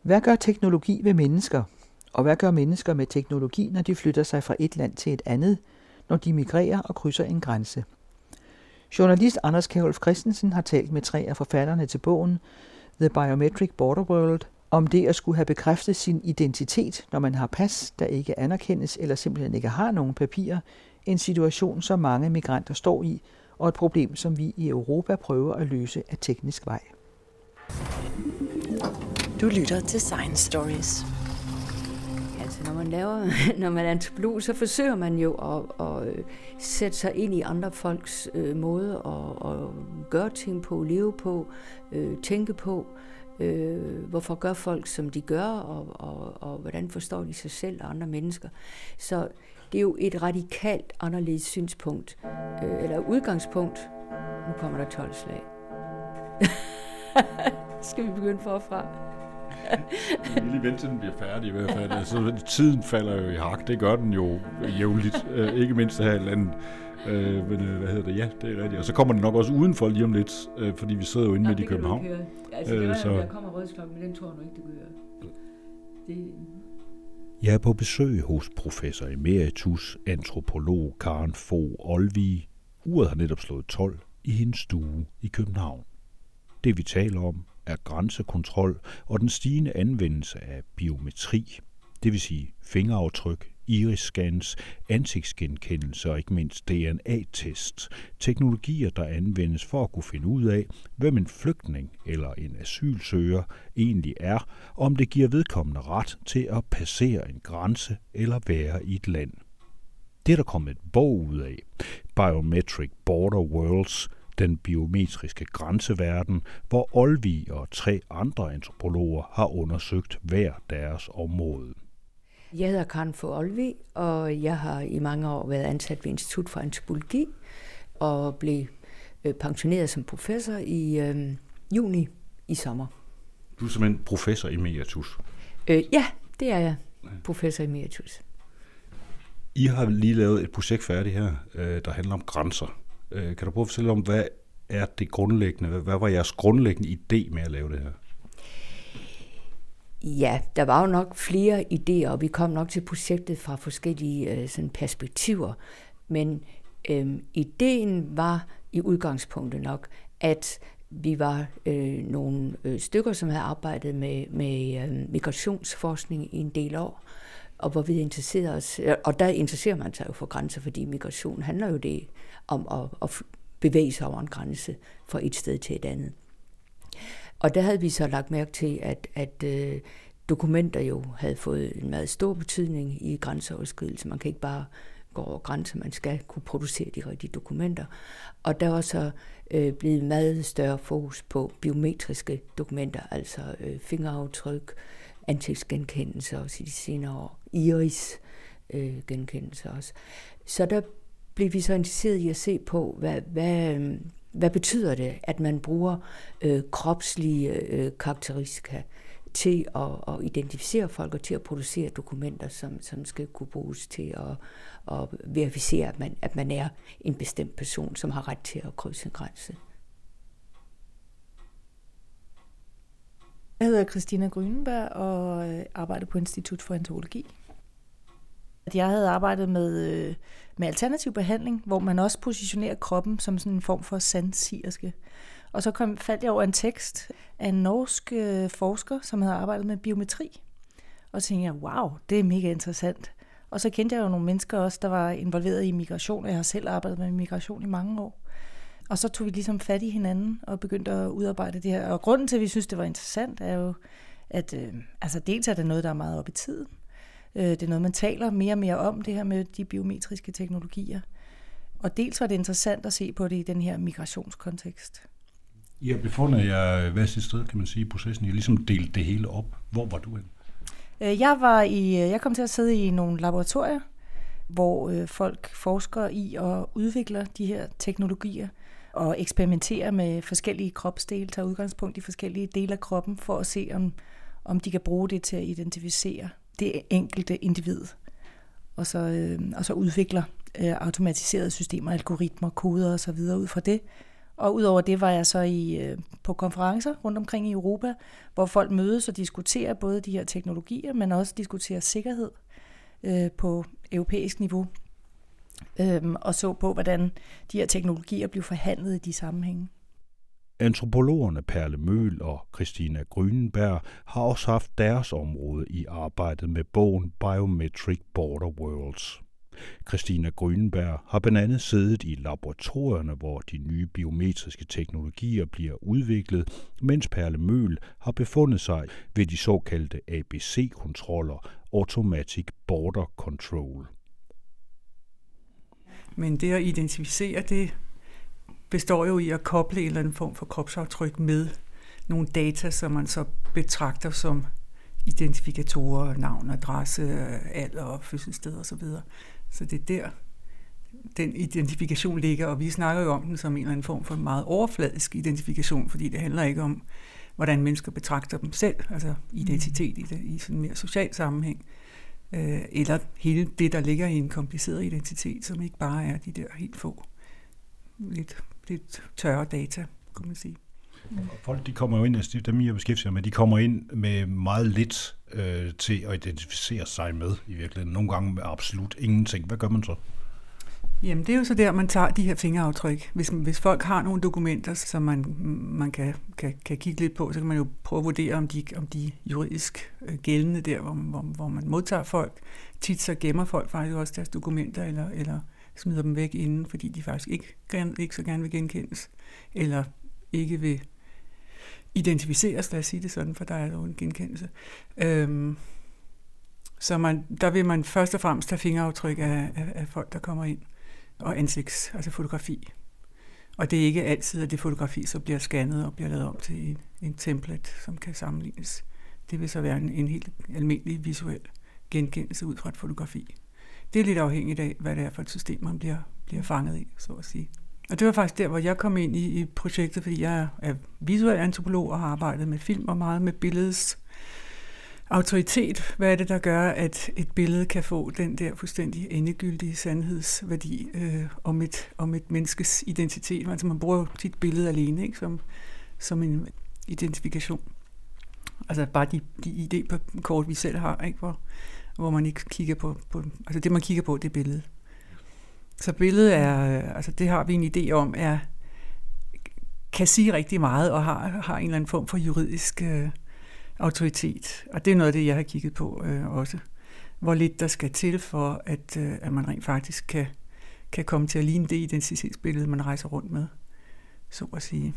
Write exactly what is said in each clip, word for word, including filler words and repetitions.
Hvad gør teknologi ved mennesker? Og hvad gør mennesker med teknologi, når de flytter sig fra et land til et andet, når de migrerer og krydser en grænse? Journalist Anders Kjærulff Christensen har talt med tre af forfatterne til bogen The Biometric Border World om det at skulle have bekræftet sin identitet, når man har pas, der ikke anerkendes eller simpelthen ikke har nogen papirer, en situation, som mange migranter står i, og et problem, som vi i Europa prøver at løse af teknisk vej. Du lytter til Science Stories. Altså, når man laver, når man er antropolog, så forsøger man jo at, at sætte sig ind i andre folks øh, måde at, at gøre ting på, leve på, øh, tænke på. Øh, hvorfor gør folk, som de gør, og, og, og hvordan forstår de sig selv og andre mennesker. Så det er jo et radikalt anderledes synspunkt, øh, eller udgangspunkt. Nu kommer der tolv slag. Skal vi begynde forfra? Vi vil lige vente til den bliver færdig i hvert fald. Altså, tiden falder jo i hak, det gør den jo jævnligt, øh, ikke mindst her i landet. Øh, men, hvad hedder det? Ja, det er rigtigt. Og så kommer den nok også udenfor lige om lidt, øh, fordi vi sidder jo inde midt i København. Altså, det var, øh, så... der kommer rødsklokken, men den tror du ikke, det gør. Det... Jeg er på besøg hos professor emeritus, antropolog Karen Fogh Olvig. Uret har netop slået tolv i hendes stue i København. Det vi taler om er grænsekontrol og den stigende anvendelse af biometri, det vil sige fingeraftryk, iris-scans, ansigtsgenkendelse og ikke mindst D N A-test, teknologier, der anvendes for at kunne finde ud af, hvem en flygtning eller en asylsøger egentlig er, og om det giver vedkommende ret til at passere en grænse eller være i et land. Det er der kommet et bog ud af, Biometric Border Worlds, den biometriske grænseverden, hvor Olvig og tre andre antropologer har undersøgt hver deres område. Jeg hedder Karen Fogh Olvig, og jeg har i mange år været ansat ved Institut for Antropologi og blev pensioneret som professor i øh, juni i sommer. Du er simpelthen professor emeritus? Øh, ja, det er jeg. Professor emeritus. I har lige lavet et projekt færdigt her, der handler om grænser. Kan du prøve at fortælle om, hvad er det grundlæggende? Hvad var jeres grundlæggende idé med at lave det her? Ja, der var jo nok flere idéer, og vi kom nok til projektet fra forskellige øh, sådan perspektiver. Men øh, ideen var i udgangspunktet nok, at vi var øh, nogle øh, stykker, som havde arbejdet med, med øh, migrationsforskning i en del år, og hvor vi interesserede os, og der interesserer man sig jo for grænser, fordi migration handler jo det om at, at bevæge sig over en grænse fra et sted til et andet. Og der havde vi så lagt mærke til, at, at øh, dokumenter jo havde fået en meget stor betydning i grænseoverskridelse. Man kan ikke bare gå over grænser, man skal kunne producere de rigtige dokumenter. Og der var så øh, blevet meget større fokus på biometriske dokumenter, altså øh, fingeraftryk, ansigtsgenkendelse også i de senere år, iris-genkendelse øh, også. Så der blev vi så interesseret i at se på, hvad, hvad, hvad betyder det, at man bruger øh, kropslige øh, karakteristika til at, at identificere folk og til at producere dokumenter, som, som skal kunne bruges til at, at verificere, at man, at man er en bestemt person, som har ret til at krydse en grænse. Jeg hedder Christina Grünenberg og arbejder på Institut for Antropologi. Jeg havde arbejdet med, med alternativ behandling, hvor man også positionerer kroppen som sådan en form for sandsirske. Og så kom, faldt jeg over en tekst af en norsk forsker, som havde arbejdet med biometri. Og så tænkte jeg, wow, det er mega interessant. Og så kendte jeg jo nogle mennesker også, der var involveret i migration, og jeg har selv arbejdet med migration i mange år. Og så tog vi ligesom fat i hinanden og begyndte at udarbejde det her. Og grunden til, at vi synes, det var interessant, er jo, at øh, altså dels er det noget, der er meget op i tiden. Øh, det er noget, man taler mere og mere om, det her med de biometriske teknologier. Og dels var det interessant at se på det i den her migrationskontekst. I har befundet jer hver sit sted, kan man sige, i processen. I har ligesom delt det hele op. Hvor var du hen? Øh, jeg, var i, jeg kom til at sidde i nogle laboratorier, hvor øh, folk forsker i og udvikler de her teknologier, og eksperimentere med forskellige kropsdele, tager udgangspunkt i forskellige dele af kroppen, for at se, om, om de kan bruge det til at identificere det enkelte individ. Og så, øh, og så udvikler øh, automatiserede systemer, algoritmer, koder og så videre ud fra det, Og udover det var jeg så i, på konferencer rundt omkring i Europa, hvor folk mødes og diskuterer både de her teknologier, men også diskuterer sikkerhed øh, på europæisk niveau. Øhm, og så på, hvordan de her teknologier blev forhandlet i de sammenhænge. Antropologerne Perle Møhl og Christina Grünenberg har også haft deres område i arbejdet med bogen Biometric Border Worlds. Christina Grünenberg har blandt andet siddet i laboratorierne, hvor de nye biometriske teknologier bliver udviklet, mens Perle Møhl har befundet sig ved de såkaldte A B C-kontroller, Automatic Border Control. Men det at identificere, det består jo i at koble en eller anden form for kropsaftryk med nogle data, som man så betragter som identifikatorer, navn, adresse, alder, fødselssted osv. Så det er der, den identifikation ligger, og vi snakker jo om den som en eller anden form for meget overfladisk identifikation, fordi det handler ikke om, hvordan mennesker betragter dem selv, altså identitet i, det, i sådan en mere social sammenhæng, øh, eller hele det, der ligger i en kompliceret identitet, som ikke bare er de der helt få, lidt, lidt tørre data, kunne man sige. Mm. Folk, de kommer jo ind, altså dem jeg beskæftiger med, de kommer ind med meget lidt øh, til at identificere sig med i virkeligheden. Nogle gange med absolut ingenting. Hvad gør man så? Jamen, det er jo så der, man tager de her fingeraftryk. Hvis, hvis folk har nogle dokumenter, som man, man kan, kan, kan kigge lidt på, så kan man jo prøve at vurdere, om de, om de juridisk gældende der, hvor, hvor, hvor man modtager folk. Tit så gemmer folk faktisk også deres dokumenter, eller, eller smider dem væk inden, fordi de faktisk ikke, ikke så gerne vil genkendes, eller ikke vil identificeres, lad os sige det sådan, for der er jo en genkendelse. Øhm, så man, der vil man først og fremmest tage fingeraftryk af, af, af folk, der kommer ind, og ansigts, altså fotografi. Og det er ikke altid, at det fotografi så bliver scannet og bliver lavet om til en, en template, som kan sammenlignes. Det vil så være en, en helt almindelig visuel genkendelse ud fra et fotografi. Det er lidt afhængigt af, hvad det er for et system, man bliver, bliver fanget i, så at sige. Og det var faktisk der, hvor jeg kom ind i, i projektet, fordi jeg er visuel antropolog og har arbejdet med film og meget med billedets autoritet. Hvad er det, der gør, at et billede kan få den der fuldstændig endegyldige sandhedsværdi øh, om, et, om et menneskes identitet? Altså man bruger sit billede alene, ikke? Som, som en identifikation. Altså bare de, de I D-kort, vi selv har, ikke? Hvor, hvor man ikke kigger på, på... Altså det, man kigger på, det er billedet. Så billedet er, altså det har vi en idé om, er, kan sige rigtig meget og har, har en eller anden form for juridisk øh, autoritet. Og det er noget af det, jeg har kigget på øh, også. Hvor lidt der skal til for, at, øh, at man rent faktisk kan, kan komme til at ligne det identitetsbillede, man rejser rundt med, så at sige.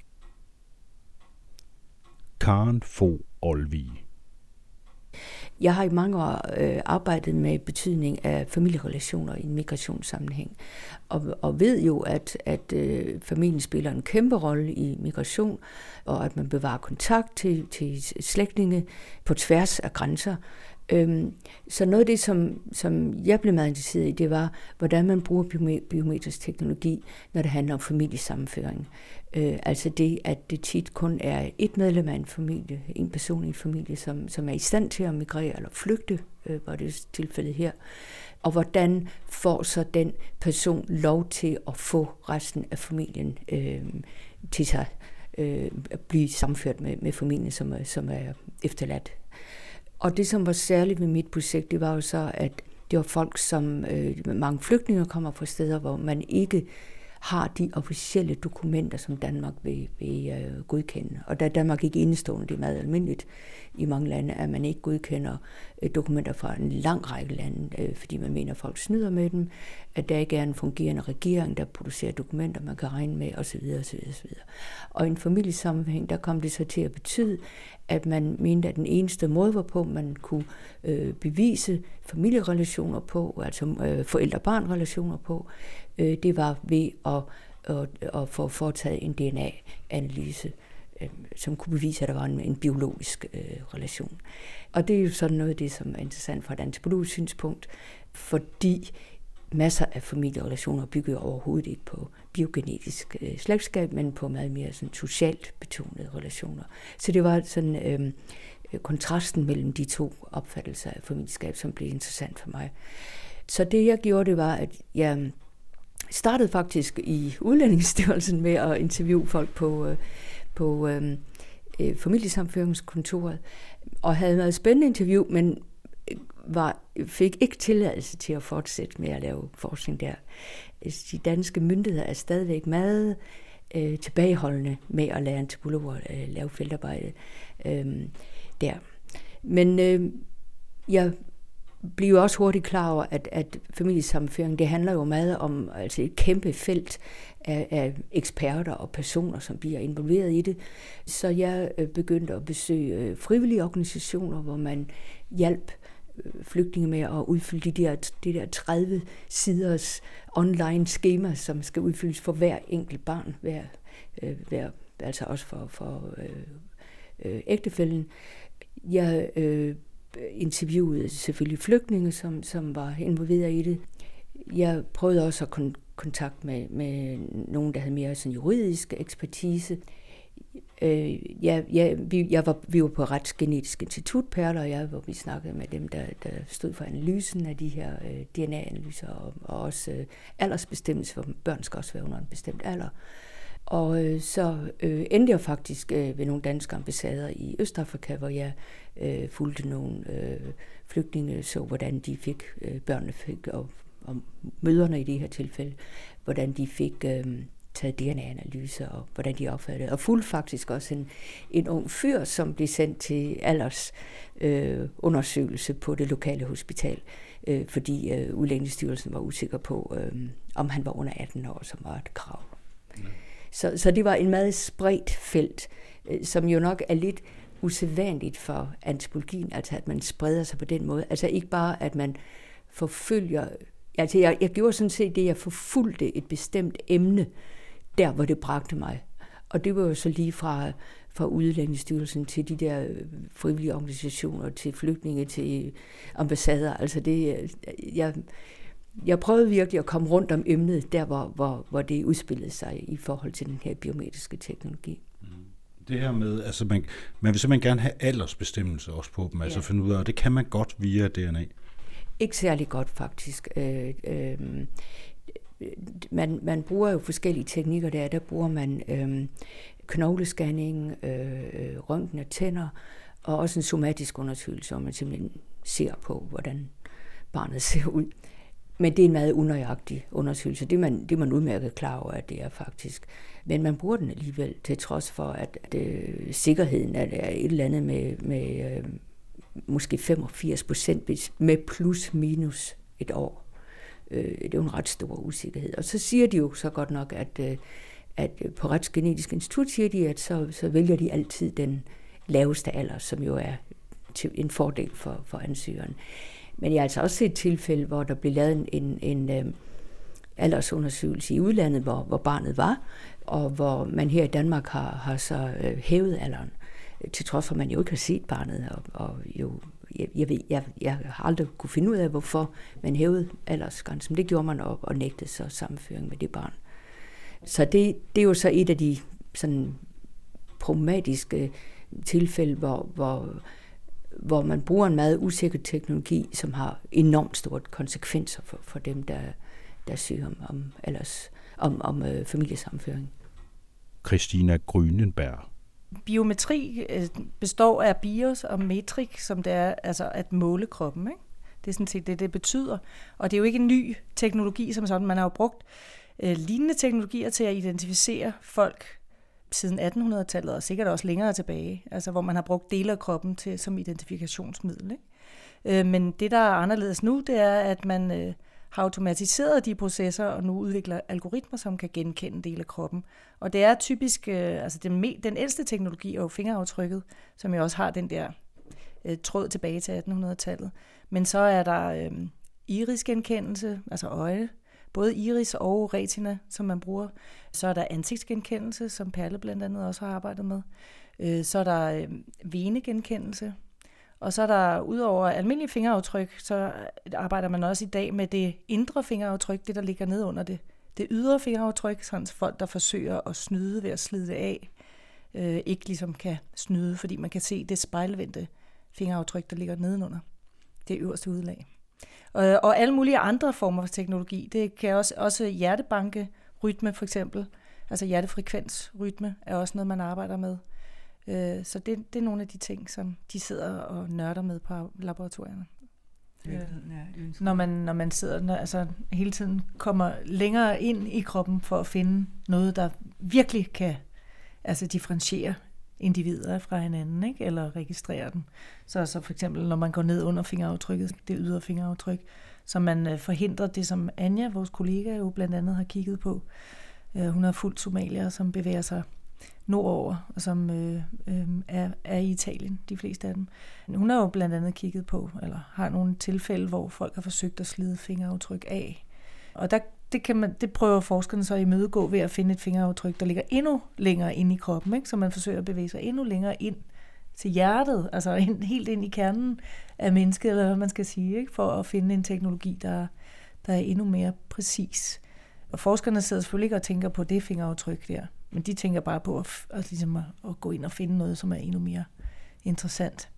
Karen Fogh Olvig. Jeg har i mange år øh, arbejdet med betydning af familierelationer i en migrationssammenhæng, og, og ved jo, at, at øh, familien spiller en kæmpe rolle i migration, og at man bevarer kontakt til, til slægtninge på tværs af grænser. Øhm, så noget af det, som, som jeg blev meget interesseret i, det var, hvordan man bruger biometrisk teknologi, når det handler om familiesammenføring. Øh, altså det, at det tit kun er et medlem af en familie, en person i en familie, som, som er i stand til at migrere eller flygte, øh, var det tilfældet her. Og hvordan får så den person lov til at få resten af familien øh, til sig, øh, at blive sammenført med, med familien, som er, som er efterladt. Og det, som var særligt ved mit projekt, det var jo så, at det var folk, som øh, mange flygtninge kommer fra steder, hvor man ikke har de officielle dokumenter, som Danmark vil, vil øh, godkende. Og der er Danmark ikke indestående, det er meget almindeligt i mange lande, at man ikke godkender øh, dokumenter fra en lang række lande, øh, fordi man mener, at folk snyder med dem, at der ikke er en fungerende regering, der producerer dokumenter, man kan regne med, osv. osv., osv. Og i en familiesammenhæng, der kom det så til at betyde, at man mente, at den eneste måde, hvorpå man kunne øh, bevise familierelationer på, altså øh, forældre-barn-relationer på, øh, det var ved at, at, at få foretaget en D N A-analyse, øh, som kunne bevise, at der var en, en biologisk øh, relation. Og det er jo sådan noget af det, som er interessant fra et antropologisk synspunkt, fordi masser af familierelationer bygger jo overhovedet ikke på biogenetisk øh, slægtskab, men på meget mere sådan, socialt betonede relationer. Så det var sådan øh, kontrasten mellem de to opfattelser af familieskab, som blev interessant for mig. Så det jeg gjorde, det var, at jeg startede faktisk i Udlændingsstyrelsen med at interviewe folk på, øh, på øh, øh, familiesammenføringskontoret, og havde været et spændende interview, men var, fik ikke tilladelse til at fortsætte med at lave forskning der. De danske myndigheder er stadigvæk meget øh, tilbageholdende med at lade antropologer øh, lave feltarbejde øh, der. Men øh, jeg blev også hurtigt klar over, at, at familiesammenføring, det handler jo meget om altså et kæmpe felt af, af eksperter og personer, som bliver involveret i det. Så jeg øh, begyndte at besøge øh, frivillige organisationer, hvor man hjalp flygtninge med at udfylde de der, de der tredive siders online skema, som skal udfyldes for hver enkelt barn, hver, øh, hver, altså også for, for øh, øh, ægtefælden. Jeg øh, interviewede selvfølgelig flygtninge, som, som var involveret i det. Jeg prøvede også at kon- kontakt med, med nogen, der havde mere sådan juridisk ekspertise. Øh, ja, ja, vi, jeg var, vi var på Retsgenetisk Institut, Perle og jeg, hvor vi snakkede med dem, der, der stod for analysen af de her øh, D N A-analyser, og, og også øh, aldersbestemmelse, hvor børn skal også være under en bestemt alder. Og øh, så øh, endte jeg faktisk øh, ved nogle danske ambassader i Østafrika, hvor jeg øh, fulgte nogle øh, flygtninge, så hvordan de fik, øh, børnene fik, og, og mødrene i det her tilfælde, hvordan de fik øh, taget D N A-analyser, og hvordan de opfattede. Og fulgte faktisk også en, en ung fyr, som blev sendt til alders øh, undersøgelse på det lokale hospital, øh, fordi øh, Udlændingsstyrelsen var usikker på, øh, om han var under atten år, som var et krav. Ja. Så, så det var en meget spredt felt, øh, som jo nok er lidt usædvanligt for antropologien, altså at man spreder sig på den måde. Altså ikke bare, at man forfølger. Altså jeg, jeg gjorde sådan set det, jeg forfulgte et bestemt emne, der hvor det bragte mig. Og det var jo så lige fra, fra Udlændingsstyrelsen til de der frivillige organisationer, til flygtninge, til ambassader. Altså det, jeg, jeg prøvede virkelig at komme rundt om emnet, der hvor, hvor, hvor det udspillede sig i forhold til den her biometriske teknologi. Det her med, altså man, man vil simpelthen gerne have aldersbestemmelse også på dem, altså ja. Finde ud af, og det kan man godt via D N A. Ikke særlig godt faktisk. Øh, øh, man, man bruger jo forskellige teknikker der. Der bruger man øh, knoglescanning, øh, røntgen af tænder, og også en somatisk undersøgelse, hvor man simpelthen ser på, hvordan barnet ser ud. Men det er en meget unøjagtig undersøgelse. Det er man, det er man udmærket klar over, at det er faktisk. Men man bruger den alligevel, til trods for, at, at øh, sikkerheden er, er et eller andet med, med øh, måske femogfirs procent med plus minus et år. Øh, det er jo en ret stor usikkerhed. Og så siger de jo så godt nok, at, øh, at på Retsgenetisk Institut siger de, at så, så vælger de altid den laveste alder, som jo er til en fordel for, for ansøgeren. Men jeg har altså også set et tilfælde, hvor der blev lavet en, en, en øh, aldersundersøgelse i udlandet, hvor, hvor barnet var, og hvor man her i Danmark har, har så øh, hævet alderen, til trods for, at man jo ikke har set barnet. Og, og jo, jeg, jeg, ved, jeg, jeg har aldrig kunne finde ud af, hvorfor man hævede aldersgrænsen. Men det gjorde man og, og nægtede så sammenføring med det barn. Så det, det er jo så et af de sådan problematiske tilfælde, hvor, hvor hvor man bruger en meget usikker teknologi, som har enormt store konsekvenser for, for dem, der, der søger om, om, ellers, om, om øh, familiesammenføring. Christina Grünenberg. Biometri består af bios og metrik, som det er altså at måle kroppen. Ikke? Det er sådan set det, det betyder. Og det er jo ikke en ny teknologi som sådan. Man har jo brugt øh, lignende teknologier til at identificere folk siden attenhundredetallet, og sikkert også længere tilbage, altså hvor man har brugt dele af kroppen til, som identifikationsmiddel. Ikke? Øh, men det, der er anderledes nu, det er, at man øh, har automatiseret de processer, og nu udvikler algoritmer, som kan genkende dele af kroppen. Og det er typisk, øh, altså den, me- den ældste teknologi er jo fingeraftrykket, som jo også har den der øh, tråd tilbage til attenhundredetallet. Men så er der øh, irisgenkendelse, altså øje, både iris og retina, som man bruger. Så er der ansigtsgenkendelse, som Perle blandt andet også har arbejdet med. Så er der venegenkendelse. Og så er der, udover almindelige fingeraftryk, så arbejder man også i dag med det indre fingeraftryk, det der ligger ned under det. Det ydre fingeraftryk, sådan folk, der forsøger at snyde ved at slide det af, ikke ligesom kan snyde, fordi man kan se det spejlvendte fingeraftryk, der ligger nedenunder det øverste udlag. Og, og alle mulige andre former for teknologi. Det kan også, også hjertebankerytme for eksempel. Altså hjertefrekvensrytme er også noget, man arbejder med. Øh, så det, det er nogle af de ting, som de sidder og nørder med på laboratorierne. Ja, når man når man sidder når, altså hele tiden kommer længere ind i kroppen for at finde noget, der virkelig kan altså differentiere individer fra hinanden, ikke? Eller registrere dem. Så så for eksempel når man går ned under fingeraftrykket, det ydre fingeraftryk, så man forhindrer det, som Anja, vores kollega, jo blandt andet har kigget på. Hun har fulgt somalier, som bevæger sig nordover, og som øh, øh, er, er i Italien, de fleste af dem. Hun har jo blandt andet kigget på, eller har nogle tilfælde, hvor folk har forsøgt at slide fingeraftryk af. Og der, det, kan man, det prøver forskerne så at imødegå ved at finde et fingeraftryk, der ligger endnu længere ind i kroppen, ikke? Så man forsøger at bevæge sig endnu længere ind til hjertet, altså ind, helt ind i kernen af mennesket, eller hvad man skal sige, ikke? For at finde en teknologi, der, der er endnu mere præcis. Og forskerne sidder selvfølgelig ikke og tænker på det fingeraftryk der, men de tænker bare på at, at, ligesom at, at gå ind og finde noget, som er endnu mere interessant.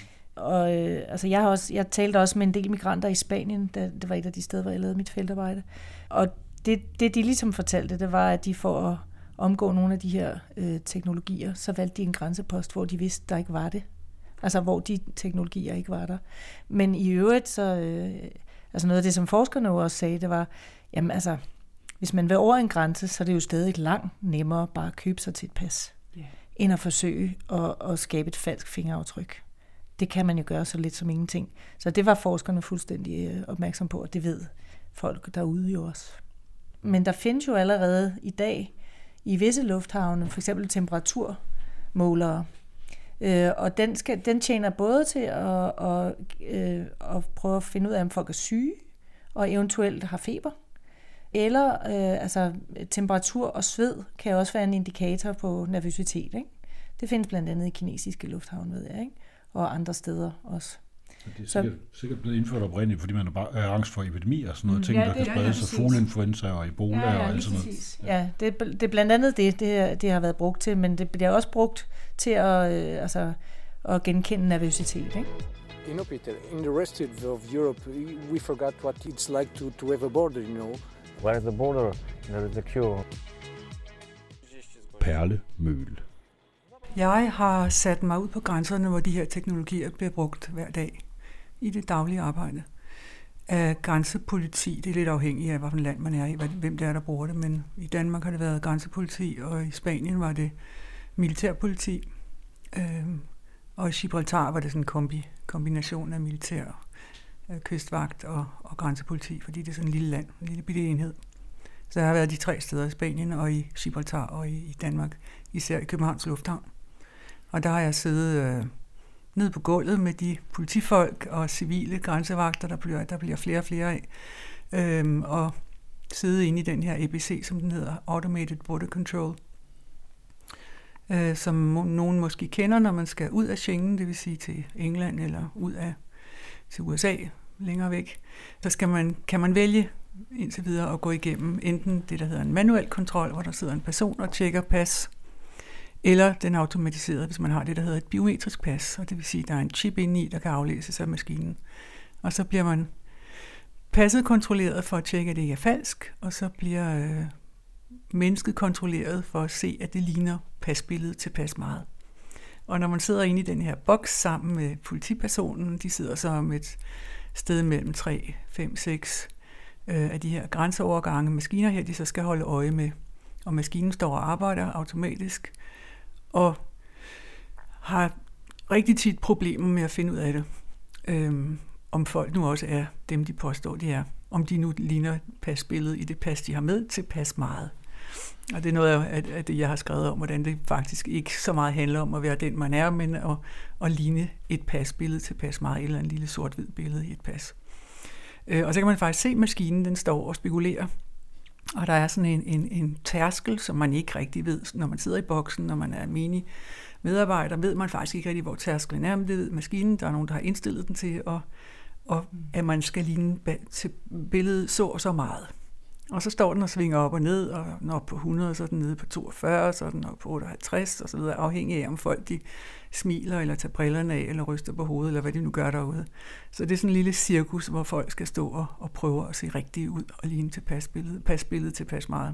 Og øh, altså jeg har også, jeg talte også med en del migranter i Spanien, da, det var et af de steder, hvor jeg lavede mit feltarbejde. Og det, det de ligesom fortalte, det var, at de for at omgå nogle af de her øh, teknologier, så valgte de en grænsepost, hvor de vidste, der ikke var det. Altså hvor de teknologier ikke var der. Men i øvrigt, så øh, altså noget af det, som forskerne jo også sagde, det var, jamen altså, hvis man vil over en grænse, så er det jo stadig langt nemmere bare at købe sig til et pas, yeah. end at forsøge at, at skabe et falsk fingeraftryk. Det kan man jo gøre så lidt som ingenting. Så det var forskerne fuldstændig opmærksom på, og det ved folk derude jo også. Men der findes jo allerede i dag i visse lufthavne, for eksempel temperaturmålere, øh, og den, skal, den tjener både til at, at, øh, at prøve at finde ud af, om folk er syge, og eventuelt har feber, eller øh, altså, temperatur og sved kan også være en indikator på nervøsitet. Ikke? Det findes blandt andet i kinesiske lufthavne, ved jeg, ikke? Og andre steder også. Så det er sikkert, så, sikkert blevet indført oprindeligt, fordi man er bare er angst for epidemier og sådan noget, mm, ting, ja, der kan sprede sig, fugleinfluenza og ebola ja, ja, og alt sådan noget. Ja, ja det, det er blandt andet det, det, det har været brugt til, men det bliver også brugt til at, øh, altså, at genkende nervøsitet. Ikke? You know, Peter, in the rest of Europe, we forgot what it's like to, to have a border, you know. Where is the border? There is a cure. Perle Møhl. Jeg har sat mig ud på grænserne, hvor de her teknologier bliver brugt hver dag i det daglige arbejde. Af grænsepoliti, det er lidt afhængigt af, hvilket land man er i, hvem det er, der bruger det, men i Danmark har det været grænsepoliti, og i Spanien var det militærpoliti, øhm, og i Gibraltar var det sådan en kombi, kombination af militær, øh, kystvagt og, og grænsepoliti, fordi det er sådan en lille land, en lille bitte enhed. Så jeg har været de tre steder i Spanien og i Gibraltar og i, i Danmark, især i Københavns Lufthavn. Og der har jeg siddet øh, nede på gulvet med de politifolk og civile grænsevagter, der bliver, der bliver flere og flere af, øhm, og siddet inde i den her A B C, som den hedder, Automated Border Control, øh, som må, nogen måske kender, når man skal ud af Schengen, det vil sige til England eller ud af til U S A, længere væk. Så skal man, kan man vælge indtil videre at gå igennem enten det, der hedder en manuel kontrol, hvor der sidder en person og tjekker pas, eller den automatiserede, hvis man har det, der hedder et biometrisk pas, og det vil sige, at der er en chip inde i, der kan aflæses af maskinen. Og så bliver man passet kontrolleret for at tjekke, at det ikke er falsk, og så bliver øh, mennesket kontrolleret for at se, at det ligner pasbilledet tilpas meget. Og når man sidder inde i den her boks sammen med politipersonen, de sidder så om et sted mellem tre, fem, seks øh, af de her grænseovergange maskiner her, de så skal holde øje med. Og maskinen står og arbejder automatisk, og har rigtig tit problemer med at finde ud af det. Øhm, om folk nu også er dem, de påstår, de er. Om de nu ligner pasbilledet i det pas, de har med, til pas meget. Og det er noget af det, jeg har skrevet om, hvordan det faktisk ikke så meget handler om at være den, man er, men at, at ligne et pasbillede til pas meget, eller en lille sort-hvid billede i et pas. Øh, og så kan man faktisk se maskinen, den står og spekulerer. Og der er sådan en, en, en tærskel, som man ikke rigtig ved, når man sidder i boksen, når man er almindelig medarbejder, ved man faktisk ikke rigtig, hvor tærsklen er, men det ved maskinen. Der er nogen, der har indstillet den til, og, og at man skal ligne til billedet så og så meget. Og så står den og svinger op og ned, og når op på hundrede, så er den nede på toogfyrre, så er den op på otteoghalvtreds, og så videre, afhængig af, om folk de smiler, eller tager brillerne af, eller ryster på hovedet, eller hvad de nu gør derude. Så det er sådan en lille cirkus, hvor folk skal stå og, og prøve at se rigtigt ud, og ligne til pasbilledet, pasbilledet tilpas meget.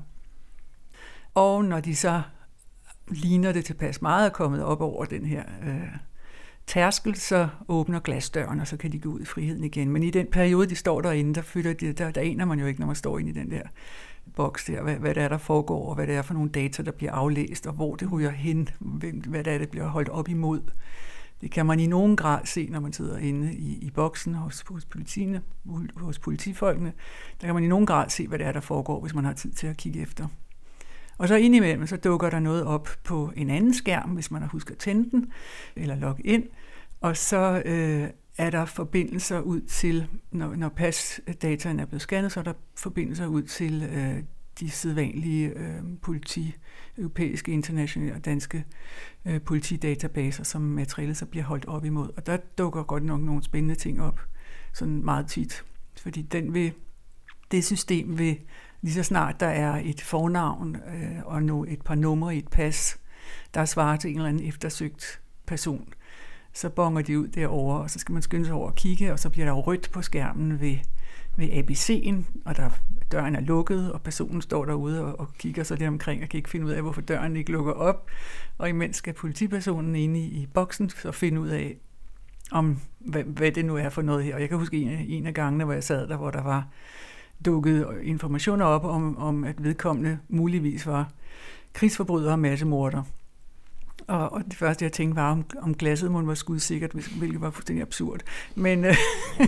Og når de så ligner det tilpas meget, er kommet op over den her øh, tærskel, så åbner glasdøren, og så kan de gå ud i friheden igen. Men i den periode, de står derinde, der, fylder de, der, der aner man jo ikke, når man står inde i den der boks der, hvad, hvad det er, der foregår, og hvad det er for nogle data, der bliver aflæst, og hvor det ryger hen, hvad det er, det bliver holdt op imod. Det kan man i nogen grad se, når man sidder inde i, i boksen hos, hos, politiene, hos politifolkene. Der kan man i nogen grad se, hvad det er, der foregår, hvis man har tid til at kigge efter. Og så indimellem, så dukker der noget op på en anden skærm, hvis man har husket at tænde den, eller logge ind, og så øh, er der forbindelser ud til, når, når pasdataen er blevet scannet, så er der forbindelser ud til øh, de sædvanlige øh, politi, europæiske, internationale og danske øh, politidatabaser, som materialet så bliver holdt op imod. Og der dukker godt nok nogle spændende ting op, sådan meget tit, fordi den vil, det system vil, lige så snart der er et fornavn øh, og no, et par numre i et pas, der svarer til en eller anden eftersøgt person, så bonger de ud derovre, og så skal man skynde sig over at kigge, og så bliver der rødt på skærmen ved, ved A B C'en, og der, døren er lukket, og personen står derude og, og kigger sig lidt omkring, og kan ikke finde ud af, hvorfor døren ikke lukker op, og imens skal politipersonen inde i, i boksen så finde ud af, om hvad, hvad det nu er for noget her. Og jeg kan huske en, en af gangene, hvor jeg sad der, hvor der var dukket informationer op om, om at vedkommende muligvis var krigsforbryder og massemorder. Og, og det første, jeg tænkte, var, om, om glasset må være skudsikkert, hvilket var fuldstændig absurd. Men, øh,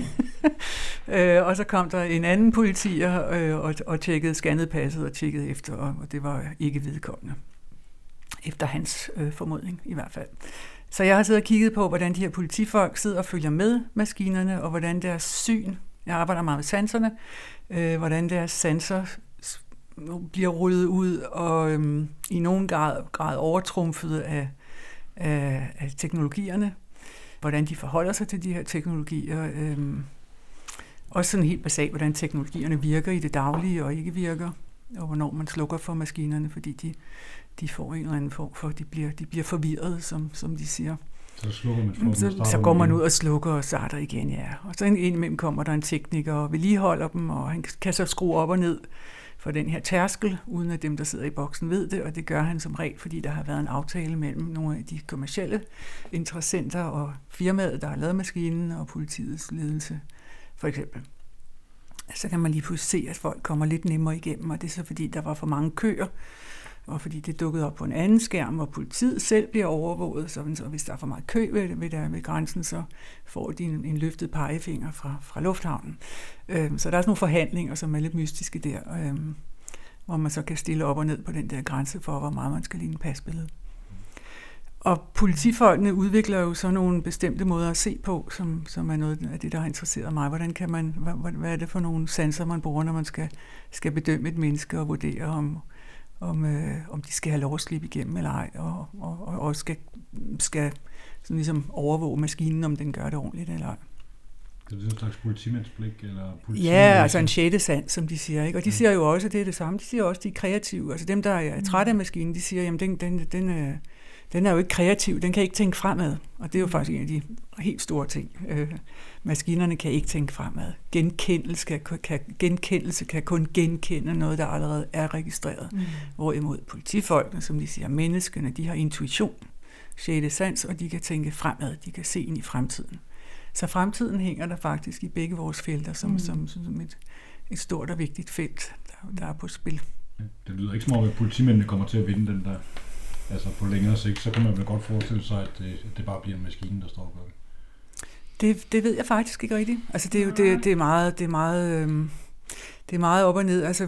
øh, og så kom der en anden politier øh, og, og tjekkede, scannede passet og tjekkede efter, og, og det var ikke vedkommende. Efter hans øh, formodning i hvert fald. Så jeg har siddet og kigget på, hvordan de her politifolk sidder og følger med maskinerne, og hvordan deres syn, jeg arbejder meget med sanserne, øh, hvordan deres sanser bliver rullet ud og øhm, i nogen grad, grad overtrumfet af, af, af teknologierne, hvordan de forholder sig til de her teknologier, øhm, også sådan helt basalt, hvordan teknologierne virker i det daglige og ikke virker, og hvornår man slukker for maskinerne, fordi de, de får en eller anden form for, de bliver, de bliver forvirret, som, som de siger. Så slukker man for, så, så går man ud og slukker og starter igen, ja. Og så indimellem kommer der en tekniker og vedligeholder dem, og han kan så skrue op og ned for den her tærskel, uden at dem, der sidder i boksen, ved det, og det gør han som regel, fordi der har været en aftale mellem nogle af de kommercielle interessenter og firmaet, der har lavet maskinen, og politiets ledelse, for eksempel. Så kan man lige pludselig se, at folk kommer lidt nemmere igennem, og det er så fordi, der var for mange køer, og fordi det dukkede op på en anden skærm, hvor politiet selv bliver overvåget, så hvis der er for meget kø ved, ved, der, ved grænsen, så får de en, en løftet pegefinger fra, fra lufthavnen. Øhm, så der er sådan nogle forhandlinger, som er lidt mystiske der, øhm, hvor man så kan stille op og ned på den der grænse for, hvor meget man skal ligne pasbillede. Og politifolkene udvikler jo så nogle bestemte måder at se på, som, som er noget af det, der har interesseret mig. Hvordan kan man, hvad, hvad er det for nogle sanser, man bruger, når man skal, skal bedømme et menneske og vurdere, om Om, øh, om de skal have lov at slippe igennem eller ej, og, og, og også skal, skal sådan ligesom overvåge maskinen, om den gør det ordentligt eller ej. Det er det en slags politimandsblik? Eller politi- ja, altså en sjette sans, som de siger. Ikke? Og de siger jo også, at det er det samme. De siger også, at de er kreative. Altså dem, der er trætte af maskinen, de siger, at den, den, den, er, den er jo ikke kreativ. Den kan ikke tænke fremad. Og det er jo faktisk en af de helt store ting. Øh, maskinerne kan ikke tænke fremad. Genkendelse kan, kan, genkendelse kan kun genkende noget, der allerede er registreret. Mm. Hvorimod politifolkene, som de siger, menneskene, de har intuition, sjette sans, og de kan tænke fremad. De kan se ind i fremtiden. Så fremtiden hænger der faktisk i begge vores felter, som, mm. som, som, som et, et stort og vigtigt felt, der, der er på spil. Det lyder ikke som om, at politimændene kommer til at vinde den der. Altså på længere sigt, så kan man vel godt forestille sig, at det, at det bare bliver en maskine, der står og gør det. Det, det ved jeg faktisk ikke rigtigt. Altså det er jo det, det er meget, det er meget, øhm, det er meget op og ned. Altså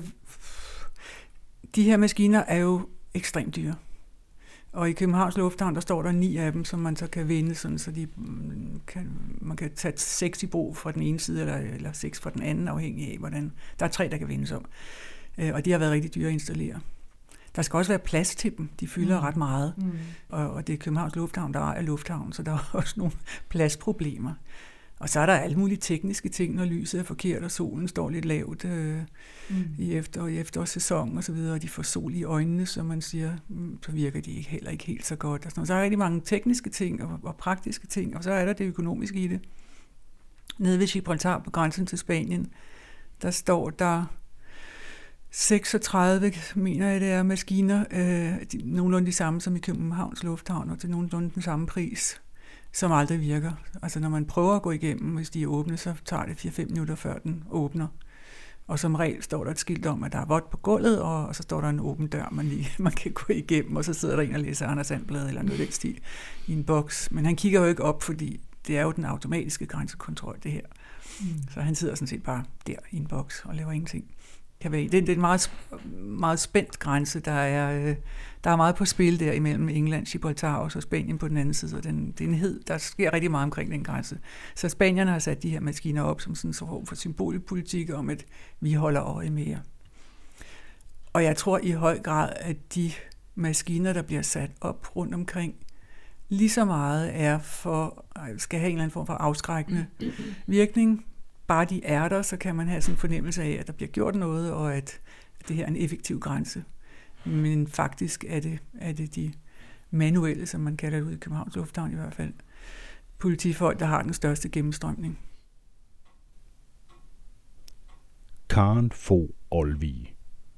de her maskiner er jo ekstremt dyre. Og i Københavns Lufthavn, der står der ni af dem, som man så kan vinde, sådan, så de kan, man kan tage seks i brug fra den ene side, eller, eller seks fra den anden, afhængig af, hvordan. Der er tre, der kan vindes om. Og de har været rigtig dyre at installere. Der skal også være plads til dem. De fylder mm. ret meget. Mm. Og, og det er Københavns Lufthavn, der ejer lufthavn, så der er også nogle pladsproblemer. Og så er der alle mulige tekniske ting, når lyset er forkert, og solen står lidt lavt øh, mm. i, efter, i efterårssæsonen og så videre, og de får sol i øjnene, som man siger, så virker de ikke, heller ikke helt så godt. Og sådan noget. Så er der rigtig mange tekniske ting og, og praktiske ting, og så er der det økonomiske i det. Nede ved Gibraltar på grænsen til Spanien, der står der seksogtredive, mener jeg det er, maskiner, øh, de, nogenlunde de samme som i Københavns Lufthavn, og til nogenlunde den samme pris, som aldrig virker. Altså når man prøver at gå igennem, hvis de er åbne, så tager det fire til fem minutter, før den åbner. Og som regel står der et skilt om, at der er vådt på gulvet, og, og så står der en åben dør, man, lige, man kan gå igennem, og så sidder der en og læser Anders Sandblad eller noget den stil i en boks. Men han kigger jo ikke op, fordi det er jo den automatiske grænsekontrol, det her. Mm. Så han sidder sådan set bare der i en boks og laver ingenting. Det er en meget, meget spændt grænse. Der er, der er meget på spil der imellem England, Gibraltar og så Spanien på den anden side. Den, den hed, der sker rigtig meget omkring den grænse. Så spanierne har sat de her maskiner op som sådan en form for symbolpolitik om, at vi holder øje med jer. Og jeg tror i høj grad, at de maskiner, der bliver sat op rundt omkring, lige så meget er for, skal have en eller anden form for afskrækkende virkning. Bare de er der, så kan man have sådan en fornemmelse af, at der bliver gjort noget, og at det her er en effektiv grænse. Men faktisk er det, er det de manuelle, som man kalder det ud i Københavns Lufthavn i hvert fald, politifolk, der har den største gennemstrømning. Karen Fogh Olvig.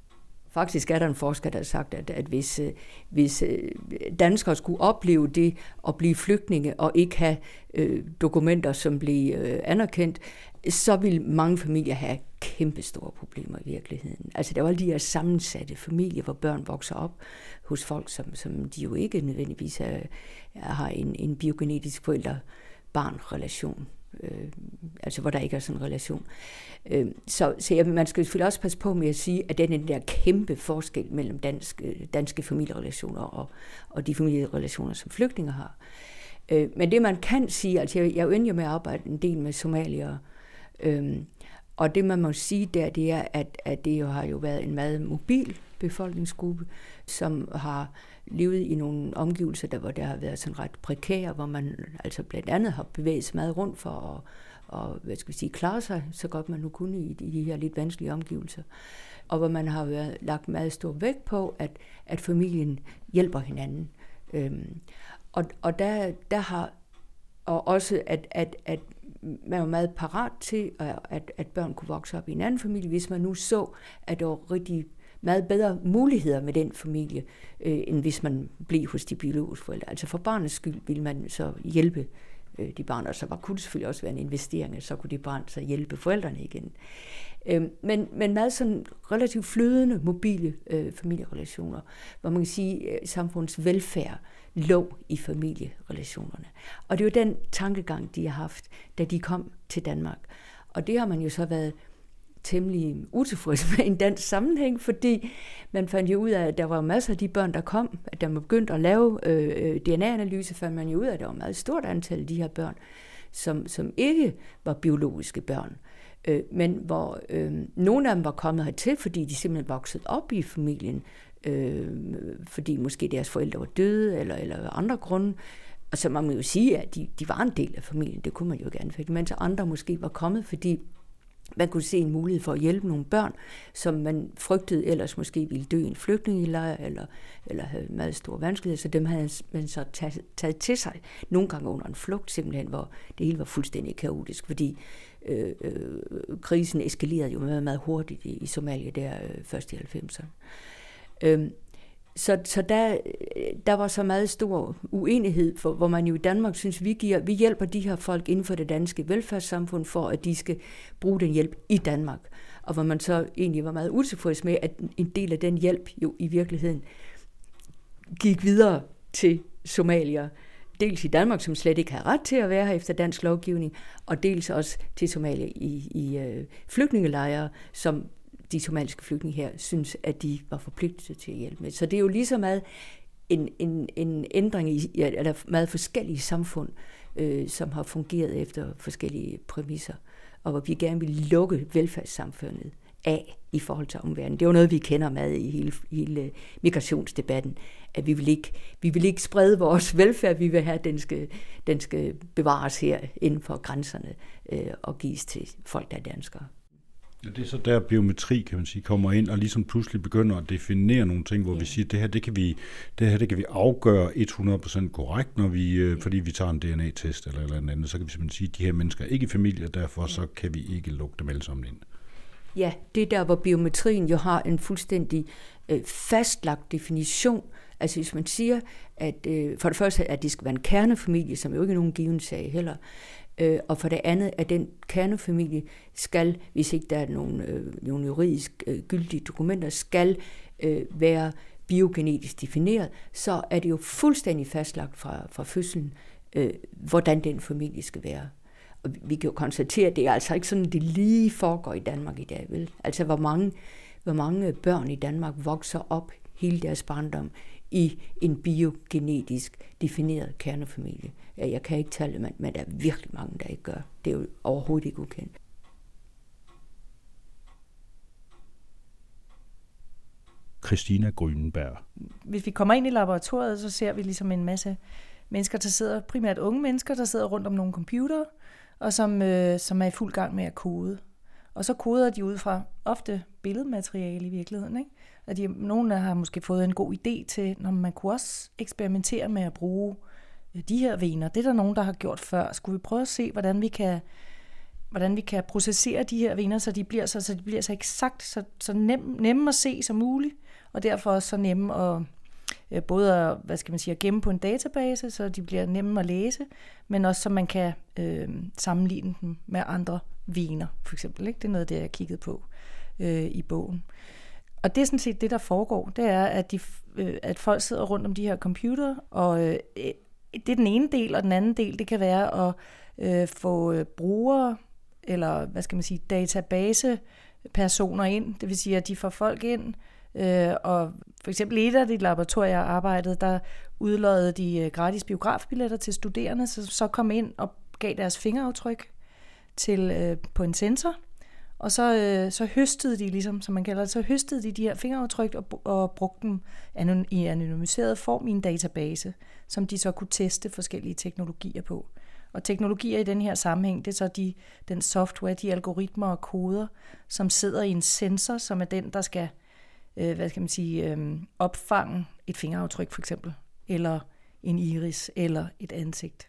Faktisk er der en forsker, der har sagt, at, at hvis, hvis danskere skulle opleve det at blive flygtninge og ikke have øh, dokumenter, som bliver øh, anerkendt, så vil mange familier have kæmpe store problemer i virkeligheden. Altså der var de her sammensatte familier, hvor børn vokser op hos folk, som, som de jo ikke nødvendigvis er, har en, en biogenetisk forælder-barn-relation. Øh, altså hvor der ikke er sådan en relation. Øh, så så ja, man skal selvfølgelig også passe på med at sige, at den der kæmpe forskel mellem danske, danske familierelationer og, og de familierelationer, som flygtninge har. Øh, men det man kan sige, altså jeg, jeg er jo endelig med at arbejde en del med somaliere, øh, og det man må sige der, det er, at, at det jo har jo været en meget mobil befolkningsgruppe, som har levet i nogle omgivelser, der hvor der har været sådan ret prekære, hvor man altså blandt andet har bevæget sig meget rundt for at og, hvad skal vi sige, klare sig så godt man nu kunne i de her lidt vanskelige omgivelser. Og hvor man har været, lagt meget stor vægt på, at, at familien hjælper hinanden. Øhm, og, og der, der har og også, at, at, at man var meget parat til, at, at børn kunne vokse op i en anden familie, hvis man nu så, at der var rigtig meget bedre muligheder med den familie, øh, end hvis man blev hos de biologiske forældre. Altså for barnets skyld ville man så hjælpe øh, de barn, og så var, kunne det selvfølgelig også være en investering, så kunne de barn så hjælpe forældrene igen. Øh, men, men meget sådan relativt flydende, mobile øh, familierelationer, hvor man kan sige, at samfundets velfærd lå i familierelationerne. Og det er jo den tankegang, de har haft, da de kom til Danmark. Og det har man jo så været temmelig utilfreds med en dansk sammenhæng, fordi man fandt jo ud af, at der var masser af de børn, der kom, at der man begyndte at lave øh, D N A-analyse, fandt man jo ud af, at der var meget stort antal af de her børn, som, som ikke var biologiske børn, øh, men hvor øh, nogle af dem var kommet hertil, fordi de simpelthen voksede op i familien, øh, fordi måske deres forældre var døde, eller, eller andre grunde. Og så man må jo sige, at de, de var en del af familien, det kunne man jo gerne finde, men så andre måske var kommet, fordi man kunne se en mulighed for at hjælpe nogle børn, som man frygtede ellers måske ville dø i en flygtningelejr, eller, eller havde meget store vanskeligheder, så dem havde man så taget, taget til sig nogle gange under en flugt, simpelthen, hvor det hele var fuldstændig kaotisk, fordi øh, øh, krisen eskalerede jo meget, meget hurtigt i, i Somalia der øh, først i halvfemserne. Øh, Så, så der, der var så meget stor uenighed, for, hvor man jo i Danmark synes, vi giver, vi hjælper de her folk inden for det danske velfærdssamfund, for at de skal bruge den hjælp i Danmark. Og hvor man så egentlig var meget utilfreds med, at en del af den hjælp jo i virkeligheden gik videre til somalier. Dels i Danmark, som slet ikke havde ret til at være her efter dansk lovgivning, og dels også til somalier i, i øh, flygtningelejre, som de somaliske flygtninge her synes, at de var forpligtet til at hjælpe med. Så det er jo lige så meget en, en, en ændring i, eller meget forskellige samfund, øh, som har fungeret efter forskellige præmisser, og hvor vi gerne vil lukke velfærdssamfundet af i forhold til omverdenen. Det er jo noget, vi kender med i hele, hele migrationsdebatten, at vi vil, ikke, vi vil ikke sprede vores velfærd, vi vil have, at den skal, den skal bevares her inden for grænserne øh, og gives til folk, der er danskere. Ja, det er så der biometri, kan man sige, kommer ind og ligesom pludselig begynder at definere nogle ting, hvor ja. vi siger, det her, det kan vi, det her, det kan vi afgøre hundrede procent korrekt, når vi, ja. fordi vi tager en D N A-test eller eller andet, så kan vi simpelthen sige, at de her mennesker er ikke i familie, og derfor ja. så kan vi ikke lukke dem alle sammen ind. Ja, det er der, hvor biometrien jo har en fuldstændig øh, fastlagt definition. Altså hvis man siger, at øh, for det første, at det skal være en kernefamilie, som jo ikke er nogen given sag heller, øh, og for det andet, at den kernefamilie skal, hvis ikke der er nogen, øh, nogen juridisk øh, gyldige dokumenter, skal øh, være biogenetisk defineret, så er det jo fuldstændig fastlagt fra, fra fødslen, øh, hvordan den familie skal være. Og vi kan jo konstatere, at det er altså ikke sådan, det lige foregår i Danmark i dag, vel? Altså, hvor mange, hvor mange børn i Danmark vokser op hele deres barndom i en biogenetisk defineret kernefamilie. Ja, jeg kan ikke tale det, men der er virkelig mange, der ikke gør. Det er jo overhovedet ikke ukendt. Christina Grünenberg. Hvis vi kommer ind i laboratoriet, så ser vi ligesom en masse mennesker, der sidder, primært unge mennesker, der sidder rundt om nogle computere, og som, øh, som er i fuld gang med at kode. Og så koder de ud fra ofte billedmateriale i virkeligheden, ikke? At de, nogle har måske fået en god idé til, når man kunne også eksperimentere med at bruge de her vener. Det er der nogen, der har gjort før. Skulle vi prøve at se, hvordan vi kan, hvordan vi kan processere de her vener, så de bliver så, så, de bliver så eksakt, så, så nem, nemme at se som muligt, og derfor også så nemme at både at, hvad skal man sige, at gemme på en database, så de bliver nemme at læse, men også så man kan øh, sammenligne dem med andre vener, for eksempel. Ikke? Det er noget, det jeg har kigget på øh, i bogen. Og det er sådan set det, der foregår. Det er, at, de, øh, at folk sidder rundt om de her computer, og øh, det er den ene del, og den anden del, det kan være at øh, få øh, brugere, eller hvad skal man sige, databasepersoner ind. Det vil sige, at de får folk ind, øh, og for eksempel et af de laboratorier, jeg arbejdede, der udlodede de gratis biografbilletter til studerende, så, så kom ind og gav deres fingeraftryk til, øh, på en sensor, og så, øh, så høstede de, ligesom, som man kalder det, så høstede de de her fingeraftryk og, og brugte dem anon, i anonymiseret form i en database, som de så kunne teste forskellige teknologier på. Og teknologier i den her sammenhæng, det er så de, den software, de algoritmer og koder, som sidder i en sensor, som er den, der skal øh, hvad skal man sige, øh, opfange et fingeraftryk for eksempel, eller en iris, eller et ansigt.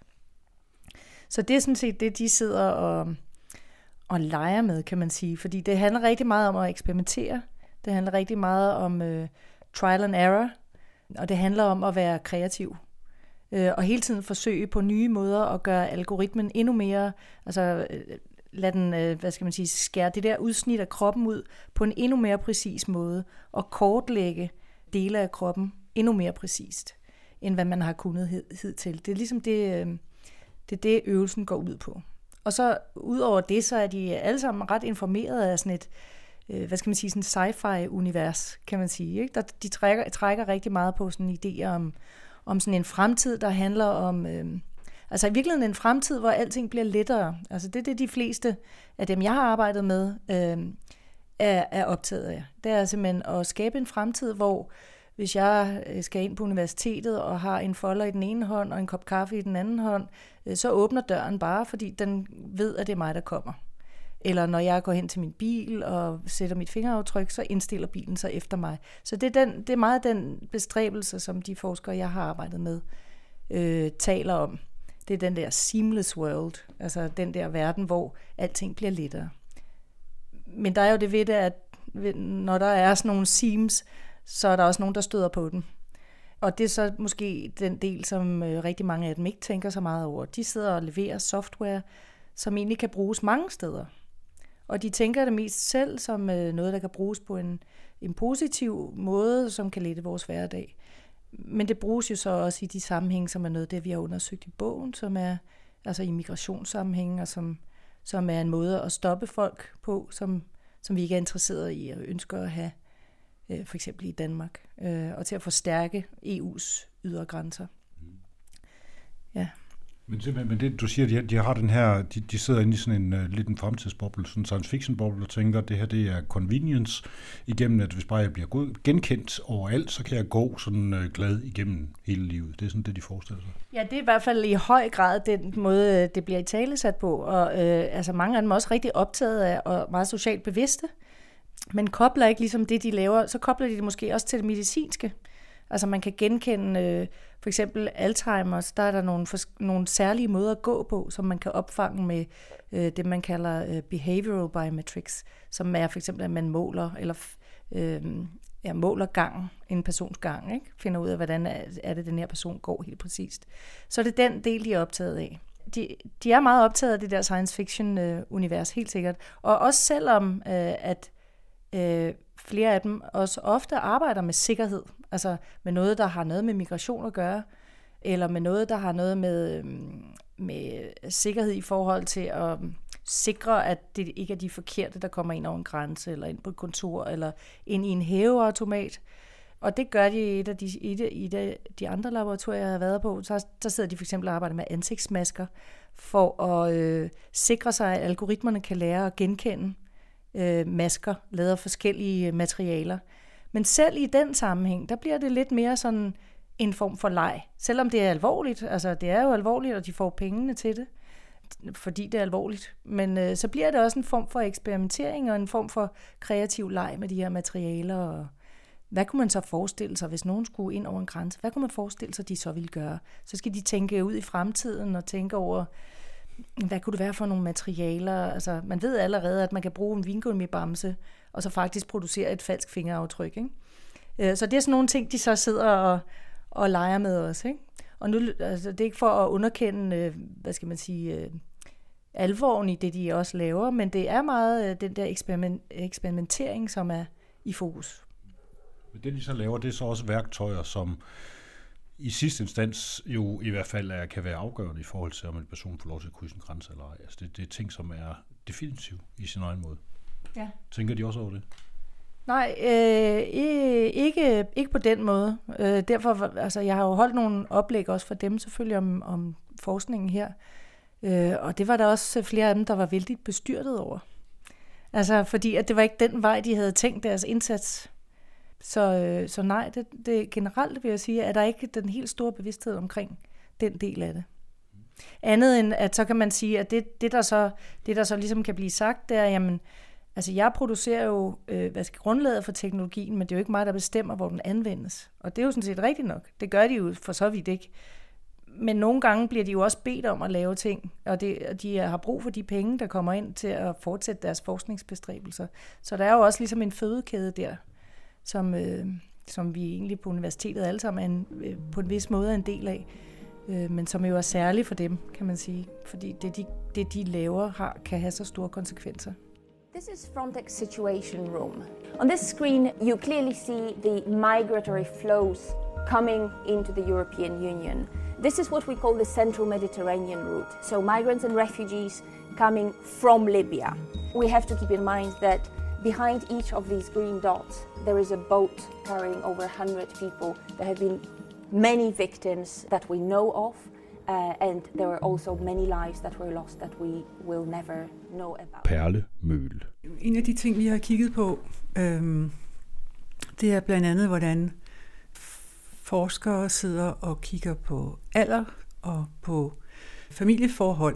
Så det er sådan set det, de sidder og, og leger med, kan man sige. Fordi det handler rigtig meget om at eksperimentere. Det handler rigtig meget om øh, trial and error. Og det handler om at være kreativ. Øh, og hele tiden forsøge på nye måder at gøre algoritmen endnu mere, altså øh, lad den, øh, hvad skal man sige, skære det der udsnit af kroppen ud på en endnu mere præcis måde. Og kortlægge dele af kroppen endnu mere præcist, end hvad man har kunnet hed, hidtil. Det er ligesom det... Øh, Det er det, øvelsen går ud på. Og så udover det, så er de alle sammen ret informeret af sådan et, øh, hvad skal man sige, sådan et sci-fi-univers, kan man sige. Ikke? Der, de trækker, trækker rigtig meget på sådan idéer om, om sådan en fremtid, der handler om, øh, altså i virkeligheden en fremtid, hvor alting bliver lettere. Altså det er det, de fleste af dem, jeg har arbejdet med, øh, er, er optaget af. Det er simpelthen at skabe en fremtid, hvor hvis jeg skal ind på universitetet og har en folder i den ene hånd og en kop kaffe i den anden hånd, så åbner døren bare, fordi den ved, at det er mig, der kommer. Eller når jeg går hen til min bil og sætter mit fingeraftryk, så indstiller bilen sig efter mig. Så det er, den, det er meget den bestræbelse, som de forskere, jeg har arbejdet med, øh, taler om. Det er den der seamless world, altså den der verden, hvor alting bliver lettere. Men der er jo det ved det, at når der er sådan nogle seams, så er der også nogen, der støder på den. Og det er så måske den del, som øh, rigtig mange af dem ikke tænker så meget over. De sidder og leverer software, som egentlig kan bruges mange steder. Og de tænker det mest selv som øh, noget, der kan bruges på en, en positiv måde, som kan lette vores hverdag. Men det bruges jo så også i de sammenhæng, som er noget, det vi har undersøgt i bogen, som er altså i migrationssammenhæng, og som, som er en måde at stoppe folk på, som, som vi ikke er interesseret i og ønsker at have, for eksempel i Danmark, øh, og til at forstærke E U's ydre grænser. Ja. Men, men det, du siger, de, de har den her, de, de sidder inde i sådan en uh, lidt en fremtidsboble, sådan en science fiction boble, og tænker, at det her det er convenience igennem, at hvis bare jeg bliver god, genkendt overalt, så kan jeg gå sådan uh, glad igennem hele livet. Det er sådan det, de forestiller sig. Ja, det er i hvert fald i høj grad den måde, det bliver italesat på, og øh, altså mange af dem er også rigtig optaget af og meget socialt bevidste, men kobler ikke ligesom det, de laver, så kobler de det måske også til det medicinske. Altså man kan genkende øh, for eksempel Alzheimer's, der er der nogle, nogle særlige måder at gå på, som man kan opfange med øh, det, man kalder øh, behavioral biometrics, som er for eksempel, at man måler, eller øh, ja, måler gangen, en persons gang, ikke? Finder ud af, hvordan er, er det, den her person går helt præcist. Så er det den del, de er optaget af. De, de er meget optaget af det der science fiction-univers, øh, helt sikkert. Og også selvom, øh, at øh, flere af dem også ofte arbejder med sikkerhed, altså med noget, der har noget med migration at gøre, eller med noget, der har noget med, med sikkerhed i forhold til at sikre, at det ikke er de forkerte, der kommer ind over en grænse, eller ind på et kontor, eller ind i en hæveautomat. Og det gør de i et af de, et af, et af de andre laboratorier, jeg har været på. Så der sidder de for eksempel og arbejder med ansigtsmasker, for at øh, sikre sig, at algoritmerne kan lære at genkende øh, masker, lavet af forskellige materialer. Men selv i den sammenhæng, der bliver det lidt mere sådan en form for leg. Selvom det er alvorligt, altså det er jo alvorligt, og de får pengene til det, fordi det er alvorligt. Men øh, så bliver det også en form for eksperimentering og en form for kreativ leg med de her materialer. Og hvad kunne man så forestille sig, hvis nogen skulle ind over en grænse? Hvad kunne man forestille sig, de så ville gøre? Så skal de tænke ud i fremtiden og tænke over, hvad kunne det være for nogle materialer? Altså, man ved allerede, at man kan bruge en vingummibamse og så faktisk producere et falsk fingeraftryk, ikke? Så det er sådan nogle ting, de så sidder og, og leger med os, ikke? Og nu, altså, det er ikke for at underkende, hvad skal man sige, alvoren i det, de også laver, men det er meget den der eksperiment, eksperimentering, som er i fokus. Men det, de så laver, det er så også værktøjer, som i sidste instans jo i hvert fald er, kan være afgørende i forhold til, om en person får lov til at krydse en grænse eller ej. Altså det, det er ting, som er definitivt i sin egen måde. Ja. Tænker de også over det? Nej, øh, ikke, ikke på den måde. Øh, derfor, altså, jeg har jo holdt nogle oplæg også for dem selvfølgelig om, om forskningen her. Øh, og det var der også flere af dem, der var vældig bestyrtet over. Altså fordi, at det var ikke den vej, de havde tænkt deres indsats. Så, øh, så nej, det, det generelt vil jeg sige, at der ikke den helt store bevidsthed omkring den del af det. Andet end, at så kan man sige, at det, det, der, så, det der så ligesom kan blive sagt, det er, jamen, altså jeg producerer jo øh, hvad skal, grundlaget for teknologien, men det er jo ikke mig, der bestemmer, hvor den anvendes. Og det er jo sådan set rigtigt nok. Det gør de jo for så vidt ikke. Men nogle gange bliver de jo også bedt om at lave ting, og, det, og de har brug for de penge, der kommer ind til at fortsætte deres forskningsbestræbelser. Så der er jo også ligesom en fødekæde der, som, øh, som vi egentlig på universitetet alle sammen er en, øh, på en vis måde er en del af, øh, men som jo er særligt for dem, kan man sige, fordi det de, det, de laver, har, kan have så store konsekvenser. This is Frontex Situation Room. On this screen, you clearly see the migratory flows coming into the European Union. This is what we call the Central Mediterranean route. So migrants and refugees coming from Libya. We have to keep in mind that behind each of these green dots, there is a boat carrying over one hundred people. There have been many victims that we know of, uh, and there were also many lives that were lost that we will never know about. Perle Møhl. En af de ting, vi har kigget på, øhm, det er blandt andet, hvordan forskere sidder og kigger på alder og på familieforhold,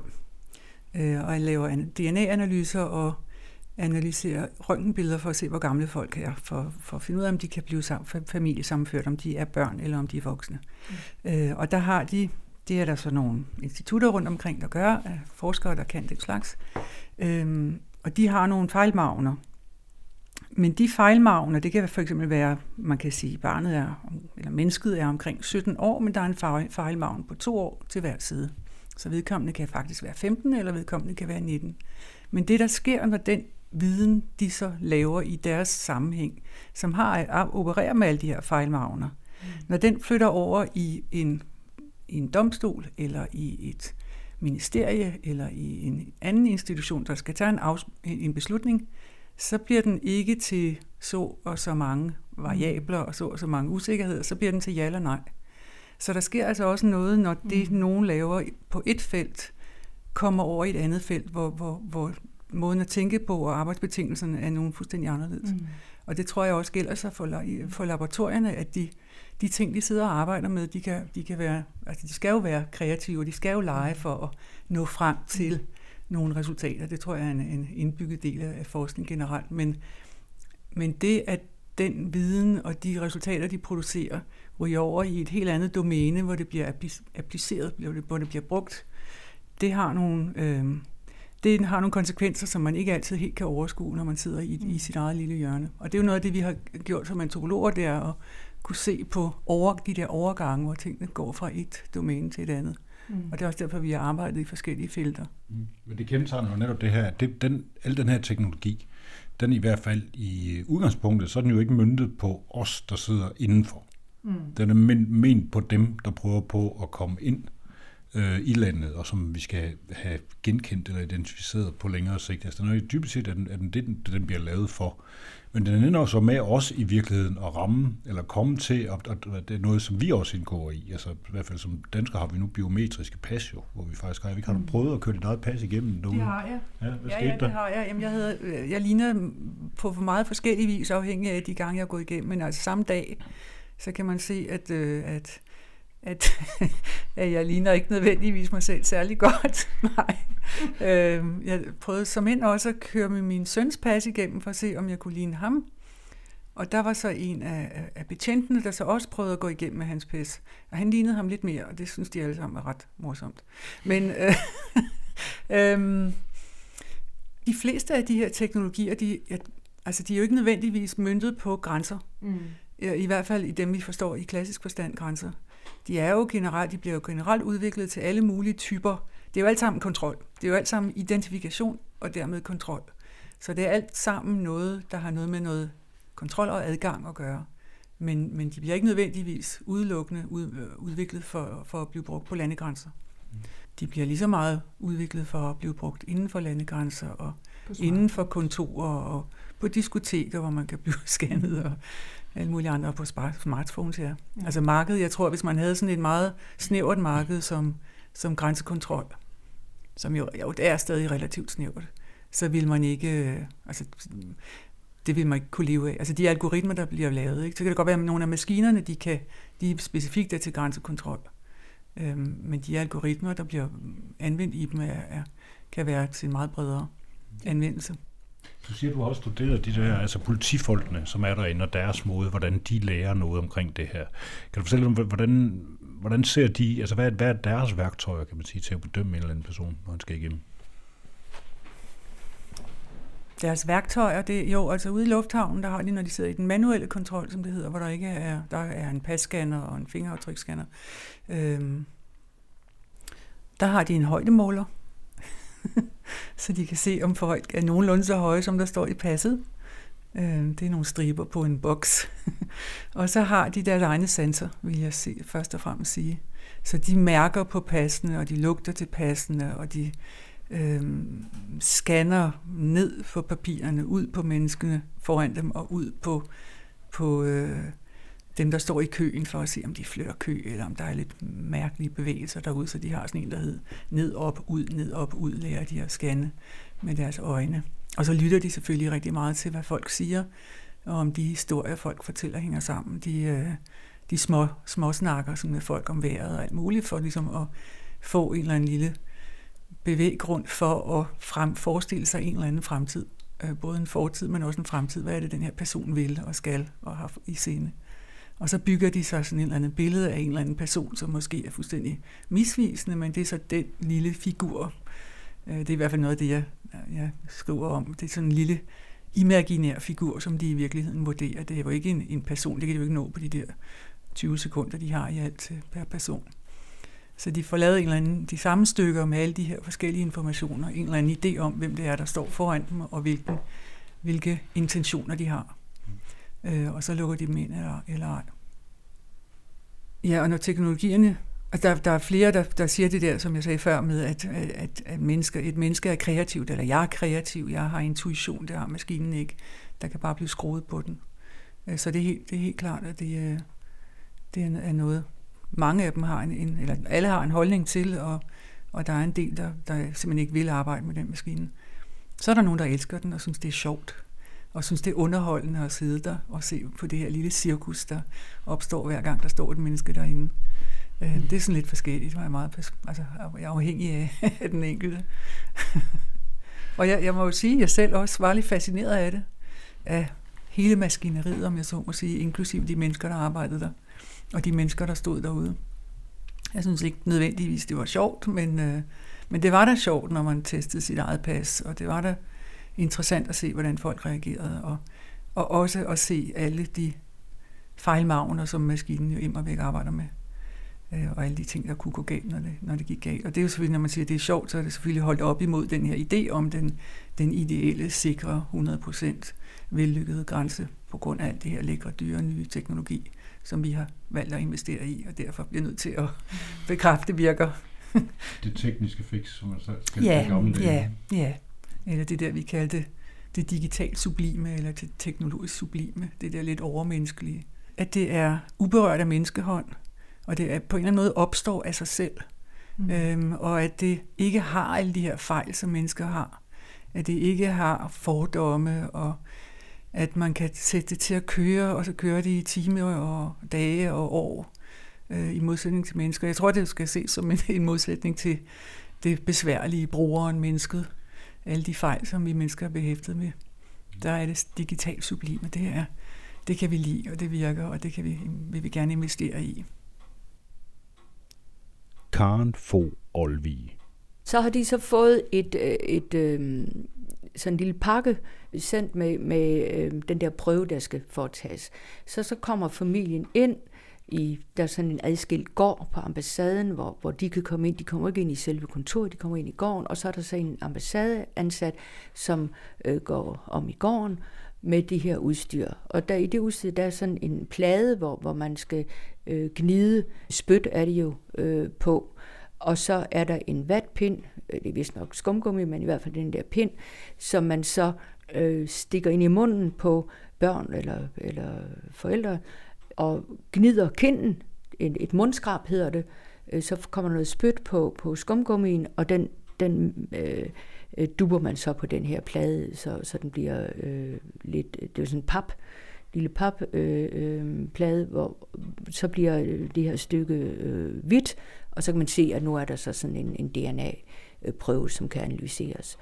øh, og laver D N A-analyser og analyserer røntgenbilleder for at se, hvor gamle folk er, for, for at finde ud af, om de kan blive familiesammenført, om de er børn eller om de er voksne. Mm. Øh, og der har de, det er der så nogle institutter rundt omkring, der gør, af forskere, der kan den slags, øh, og de har nogle fejlmarginer. Men de fejlmarginer, det kan for eksempel være, man kan sige, barnet er, eller mennesket er omkring sytten år, men der er en fejlmargin på to år til hver side. Så vedkommende kan faktisk være femten, eller vedkommende kan være nitten. Men det, der sker, når den viden, de så laver i deres sammenhæng, som har opererer med alle de her fejlmarginer, mm. når den flytter over i en, i en domstol, eller i et ministerie, eller i en anden institution, der skal tage en, afs- en beslutning, så bliver den ikke til så og så mange variabler, og så og så mange usikkerheder, så bliver den til ja eller nej. Så der sker altså også noget, når det, mm. nogen laver på et felt, kommer over i et andet felt, hvor, hvor, hvor måden at tænke på og arbejdsbetingelserne er nogen fuldstændig anderledes. Mm. Og det tror jeg også gælder sig for, for laboratorierne, at de, de ting, de sidder og arbejder med, de, kan, de, kan være, altså de skal jo være kreative, de skal jo lege for at nå frem til nogle resultater. Det tror jeg er en, en indbygget del af forskning generelt. Men, men det, at den viden og de resultater, de producerer, ryger over i et helt andet domæne, hvor det bliver appliceret, hvor det bliver brugt, det har nogle, øh, det har nogle konsekvenser, som man ikke altid helt kan overskue, når man sidder i, i sit eget lille hjørne. Og det er jo noget af det, vi har gjort som antropologer, det er at kunne se på over, de der overgange, hvor tingene går fra et domæne til et andet. Mm. Og det er også derfor, vi har arbejdet i forskellige felter. Mm. Men det kendetegner jo netop det her, det, den, al den her teknologi, den i hvert fald i udgangspunktet, så er den jo ikke møntet på os, der sidder indenfor. Mm. Den er men, ment på dem, der prøver på at komme ind øh, i landet, og som vi skal have genkendt eller identificeret på længere sigt. Altså, den er jo dybest set, at den, at den, den, den bliver lavet for. Men den ender også med os i virkeligheden at ramme, eller komme til, og, og det er noget, som vi også indgår i. Altså i hvert fald som danskere har vi nu biometriske pas jo, hvor vi faktisk har, vi har mm. prøvet at køre dit eget pas igennem derude. Det har jeg. Ja, hvad ja, ja, det har jeg. Jamen, jeg, havde, jeg ligner på meget forskellige vis, afhængig af de gange, jeg har gået igennem, men altså samme dag, så kan man se, at, øh, at, at, at jeg ligner ikke nødvendigvis mig selv særlig godt. Nej. Øh, jeg prøvede som ind også at køre med min søns pas igennem, for at se, om jeg kunne ligne ham. Og der var så en af, af betjentene, der så også prøvede at gå igennem med hans pas. Og han lignede ham lidt mere, og det synes de alle sammen var ret morsomt. Men øh, øh, de fleste af de her teknologier, de, altså, de er jo ikke nødvendigvis møntet på grænser. Mm. I hvert fald i dem, vi forstår i klassisk forstand grænser. De er jo generelt, de bliver jo generelt udviklet til alle mulige typer. Det er jo alt sammen kontrol. Det er jo alt sammen identifikation og dermed kontrol. Så det er alt sammen noget, der har noget med noget kontrol og adgang at gøre. Men, men de bliver ikke nødvendigvis udelukkende ud, udviklet for, for at blive brugt på landegrænser. De bliver lige så meget udviklet for at blive brugt inden for landegrænser og inden for kontorer og på diskoteker, hvor man kan blive scannet og alle mulige andre på smartphones her. Ja. Altså markedet, jeg tror, hvis man havde sådan et meget snævert marked som, som grænsekontrol, som jo, jo det er stadig relativt snævert, så vil man ikke, altså det vil man ikke kunne leve af. Altså de algoritmer, der bliver lavet, ikke? Så kan det godt være, at nogle af maskinerne, de, kan, de er specifikt er til grænsekontrol. Øhm, men de algoritmer, der bliver anvendt i dem, er, er, kan være til en meget bredere anvendelse. Du siger, du har også studeret de der, altså politifolkene, som er derinde, og deres måde, hvordan de lærer noget omkring det her. Kan du fortælle om, hvordan, hvordan ser de, altså hvad er, hvad er deres værktøjer, kan man sige, til at bedømme en eller anden person, når han skal igennem? Deres værktøjer, det jo, altså ude i lufthavnen, der har de, når de sidder i den manuelle kontrol, som det hedder, hvor der ikke er, der er en passcanner og en fingeraftryksscanner. Øhm, der har de en højdemåler, så de kan se, om folk er nogenlunde så høje, som der står i passet. Øhm, det er nogle striber på en boks. Og så har de deres egne sanser, vil jeg se, først og fremmest sige. Så de mærker på passene, og de lugter til passene, og de øhm, scanner ned på papirerne, ud på menneskene foran dem, og ud på, på øh, dem, der står i køen, for at se, om de flytter kø, eller om der er lidt mærkelige bevægelser derude, så de har sådan en, der hedder ned, op, ud, ned, op, ud, lærer de at scanne med deres øjne. Og så lytter de selvfølgelig rigtig meget til, hvad folk siger, og om de historier, folk fortæller, hænger sammen. De, øh, de små, små snakker sådan med folk om vejret og alt muligt, for ligesom at få en eller anden lille bevæggrund for at frem, forestille sig en eller anden fremtid. Øh, både en fortid, men også en fremtid. Hvad er det, den her person vil og skal og har i scene? Og så bygger de sig sådan en eller anden billede af en eller anden person, som måske er fuldstændig misvisende, men det er så den lille figur. Det er i hvert fald noget af det, jeg, jeg skriver om. Det er sådan en lille imaginær figur, som de i virkeligheden vurderer. Det er jo ikke en, en person, det kan de jo ikke nå på de der tyve sekunder, de har i alt per person. Så de får lavet en eller anden, de samme stykker med alle de her forskellige informationer, en eller anden idé om, hvem det er, der står foran dem, og hvilken, hvilke intentioner de har. Øh, og så lukker de dem ind eller, eller ej. Ja, og når teknologierne, og der, der er flere, der, der siger det der, som jeg sagde før, med at, at, at mennesker, et menneske er kreativt, eller jeg er kreativ, jeg har intuition, det har maskinen ikke. Der kan bare blive skruet på den. Øh, så det er, helt, det er helt klart, at det, det er noget, mange af dem har en, en eller alle har en holdning til, og, og der er en del, der, der simpelthen ikke vil arbejde med den maskine. Så er der nogen, der elsker den og synes, det er sjovt, og synes, det er underholdende at sidde der og se på det her lille cirkus, der opstår hver gang, der står et menneske derinde. Mm. Det er sådan lidt forskelligt, og jeg er meget altså, jeg er afhængig af, af den enkelte. Og jeg, jeg må jo sige, at jeg selv også var lidt fascineret af det, af hele maskineriet, om jeg så må sige, inklusive de mennesker, der arbejdede der, og de mennesker, der stod derude. Jeg synes ikke nødvendigvis, det var sjovt, men, øh, men det var da sjovt, når man testede sit eget pas, og det var da interessant at se, hvordan folk reagerede, og, og også at se alle de fejlmagner, som maskinen jo immer væk arbejder med, øh, og alle de ting, der kunne gå galt, når det, når det gik galt. Og det er jo selvfølgelig, når man siger, at det er sjovt, så er det selvfølgelig holdt op imod den her idé om den, den ideelle, sikre, hundrede procent vellykkede grænse, på grund af alt det her lækre, dyre, nye teknologi, som vi har valgt at investere i, og derfor bliver nødt til at bekræfte virker. Det tekniske fix, som man så skal ja, gøre om det. Ja, ja. Eller det der, vi kaldte det digitalt sublime, eller det teknologisk sublime, det der lidt overmenneskelige. At det er uberørt af menneskehånd, og det er på en eller anden måde opstår af sig selv, mm. øhm, og at det ikke har alle de her fejl, som mennesker har. At det ikke har fordomme, og at man kan sætte det til at køre, og så kører det i timer og dage og år, øh, i modsætning til mennesker. Jeg tror, det skal ses som en, en modsætning til det besværlige brugeren, mennesket. Alle de fejl, som vi mennesker er behæftet med. Der er det digitalt sublime. Det er, det kan vi lide, og det virker, og det kan vi, vil vi gerne investere i. Karen Fogh Olvig. Så har de så fået et, et, et sådan en lille pakke sendt med, med øh, den der prøve, der skal foretages. Så, så kommer familien ind, i, der er sådan en adskilt gård på ambassaden, hvor, hvor de kan komme ind. De kommer ikke ind i selve kontoret, de kommer ind i gården, og så er der så en ambassadeansat, som øh, går om i gården med de her udstyr. Og der, i det udstyr, der er sådan en plade, hvor, hvor man skal øh, gnide spyt, er det jo øh, på. Og så er der en vatpind, det er vist nok skumgummi, men i hvert fald den der pind, som man så øh, stikker ind i munden på børn eller, eller forældre, og gnider kinden, et, et mundskrab hedder det, øh, så kommer noget spyt på, på skumgummien, og den, den øh, dubber man så på den her plade, så, så den bliver øh, lidt, det er sådan en pap, lille papplade, øh, øh, plade, hvor så bliver det her stykke øh, hvidt, og så kan man se, at nu er der så sådan en, en D N A-prøve, som kan analyseres.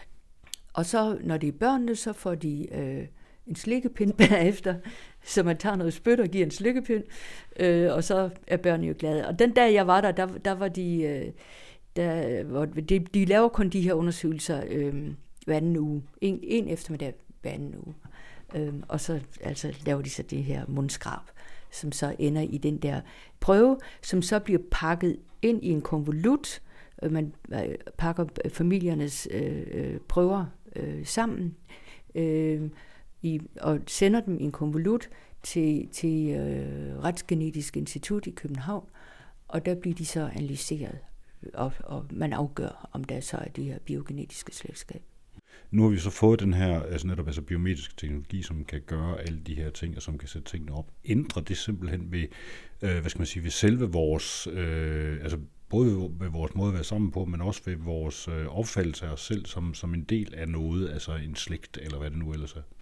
Og så, når det er børnene, så får de øh, en slikkepind bagefter, så man tager noget spyt og giver en slikkepind, øh, og så er børnene jo glade. Og den dag, jeg var der, der, der var de, øh, der, hvor de, de laver kun de her undersøgelser øh, hver anden uge. En, en eftermiddag hver anden uge. Øh, og så altså, laver de så det her mundskrab, som så ender i den der prøve, som så bliver pakket ind i en konvolut. Man pakker familiernes øh, prøver øh, sammen øh, i, og sender dem i en konvolut til, til øh, Retsgenetisk Institut i København, og der bliver de så analyseret, og, og man afgør, om der så er det her biogenetiske slægtskab. Nu har vi så fået den her altså netop altså biometrisk teknologi, som kan gøre alle de her ting, og som kan sætte tingene op. Ændrer det simpelthen ved, øh, hvad skal man sige, ved selve vores, øh, altså både ved vores måde at være sammen på, men også ved vores øh, opfattelse af os selv som, som en del af noget, altså en slægt, eller hvad det nu ellers er?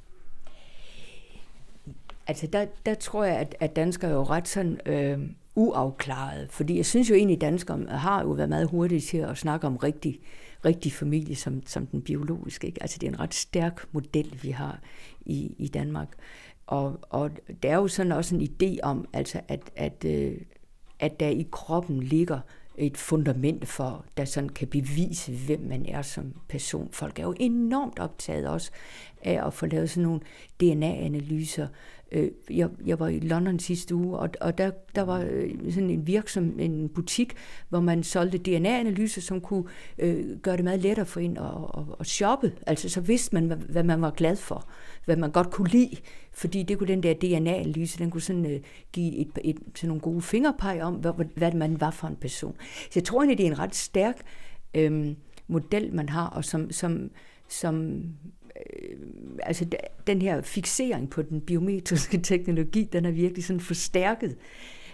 Altså der, der tror jeg, at, at danskere er jo ret sådan øh, uafklarede, fordi jeg synes jo egentlig, at danskere har jo været meget hurtige til at snakke om rigtig, rigtig familie som, som den biologiske. Ikke? Altså det er en ret stærk model, vi har i, i Danmark. Og, og der er jo sådan også en idé om, altså at, at, øh, at der i kroppen ligger et fundament for, der sådan kan bevise, hvem man er som person. Folk er jo enormt optaget også af at få lavet sådan nogle D N A-analyser. Jeg, jeg var i London sidste uge, og, og der, der var sådan en virksom, en butik, hvor man solgte D N A-analyser, som kunne øh, gøre det meget lettere for en at, at, at shoppe. Altså så vidste man, hvad, hvad man var glad for, hvad man godt kunne lide, fordi det kunne den der D N A-analyse, den kunne sådan øh, give et, et, sådan nogle gode fingerpeg om, hvad, hvad man var for en person. Så jeg tror egentlig, det er en ret stærk øh, model, man har, og som, som, som altså den her fiksering på den biometriske teknologi, den er virkelig sådan forstærket.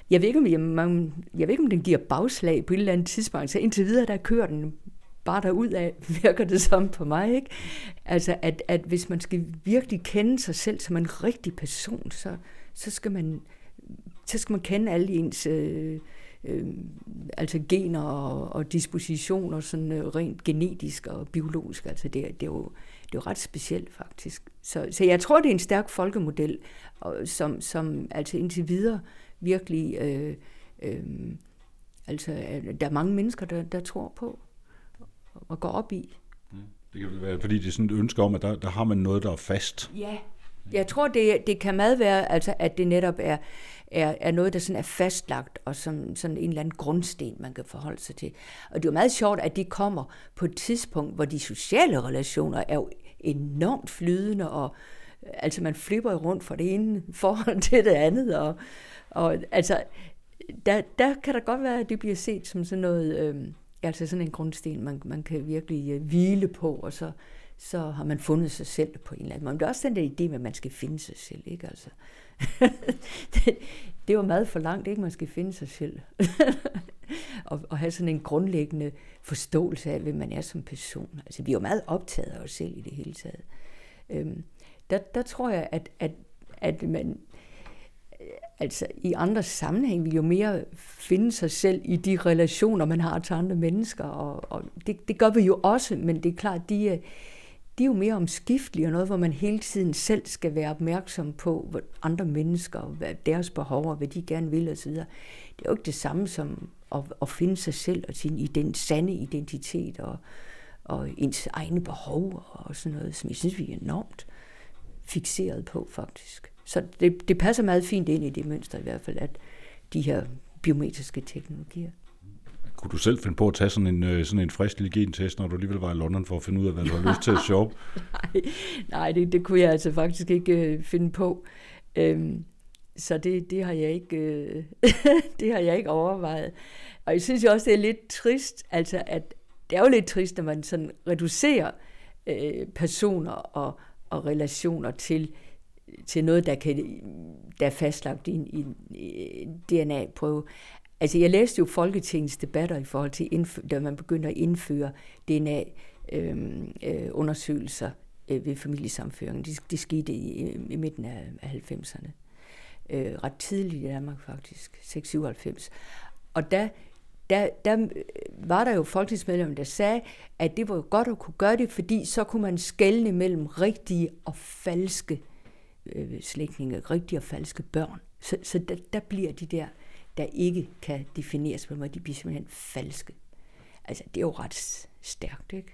Jeg ved ikke, om, jeg, man, jeg ved ikke, om den giver bagslag på et eller andet tidspunkt. Så indtil videre, der kører den bare derudad, virker det som på mig, ikke? Altså, at, at hvis man skal virkelig kende sig selv som en rigtig person, så, så, skal, man, så skal man kende alle ens øh, øh, altså gener og, og dispositioner, sådan øh, rent genetisk og biologisk. Altså, det, det, er jo, det er jo ret specielt, faktisk. Så, så jeg tror, det er en stærk folkemodel, og, som, som altså indtil videre virkelig... Øh, øh, altså, der er mange mennesker, der, der tror på og går op i. Det kan vel være, fordi det er sådan et ønske om, at der, der har man noget, der er fast. Ja, jeg tror, det, det kan meget være, altså, at det netop er, er, er noget, der sådan er fastlagt, og som sådan en eller anden grundsten, man kan forholde sig til. Og det er jo meget sjovt, at de kommer på et tidspunkt, hvor de sociale relationer er jo enormt flydende, og altså man flipper rundt fra det ene forhold til det andet, og, og altså, der, der kan der godt være, at det bliver set som sådan noget... Øh, altså sådan en grundsten, man, man kan virkelig uh, hvile på, og så, så har man fundet sig selv på en eller anden måde. Men det er også den der idé med, at man skal finde sig selv, ikke? Altså, det, det er jo meget for langt, ikke? Man skal finde sig selv. og, og have sådan en grundlæggende forståelse af, hvem man er som person. Altså, vi er jo meget optaget af os selv i det hele taget. Øhm, der, der tror jeg, at, at, at man... Altså i andre sammenhæng vil jo mere finde sig selv i de relationer, man har til andre mennesker, og, og det, det gør vi jo også, men det er klart, de er, de er jo mere omskiftelige, og noget, hvor man hele tiden selv skal være opmærksom på hvad andre mennesker, hvad deres behov, og hvad de gerne vil osv. Det er jo ikke det samme som at, at finde sig selv og sin ident, sande identitet og, og ens egne behov og sådan noget, som jeg synes, vi er enormt fikseret på faktisk. Så det, det passer meget fint ind i det mønster i hvert fald, at de her biometriske teknologier. Kunne du selv finde på at tage sådan en, sådan en frisk lille gentest, når du alligevel var i London, for at finde ud af, hvad du har lyst til at shoppe? nej, nej det, det kunne jeg altså faktisk ikke øh, finde på. Øhm, så det, det, har jeg ikke, øh, det har jeg ikke overvejet. Og jeg synes jo også, det er lidt trist, altså at det er jo lidt trist, når man sådan reducerer øh, personer og, og relationer til til noget, der, kan, der er fastlagt i en, i en D N A-prøve. Altså, jeg læste jo Folketingets debatter i forhold til, indfø- da man begyndte at indføre D N A-undersøgelser øh, øh, ved familiesammenføring. Det, det skete i, i midten af, af halvfemserne. Øh, ret tidligt i Danmark faktisk, seks syvoghalvfems. Og der, der, der var der jo folketingsmedlemmer, der sagde, at det var godt at kunne gøre det, fordi så kunne man skelne mellem rigtige og falske slægtninge, rigtige og falske børn. Så, så der, der bliver de der, der ikke kan defineres på mig, de bliver simpelthen falske. Altså, det er jo ret stærkt, ikke?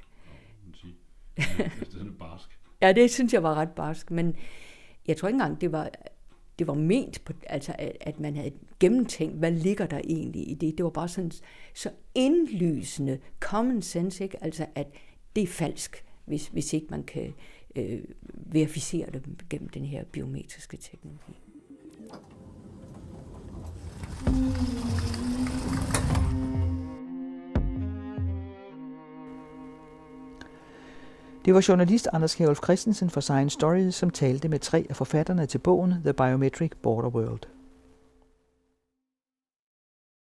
Det er sådan barsk. Ja, det synes jeg var ret barsk, men jeg tror ikke engang, det var, det var ment, på, altså, at, at man havde gennemtænkt, hvad ligger der egentlig i det. Det var bare sådan så indlysende common sense, ikke? Altså, at det er falsk, hvis, hvis ikke man kan øh, verificere det gennem den her biometriske teknologi. Det var journalist Anders Kjærulff Christensen fra Science Stories, som talte med tre af forfatterne til bogen The Biometric Border World.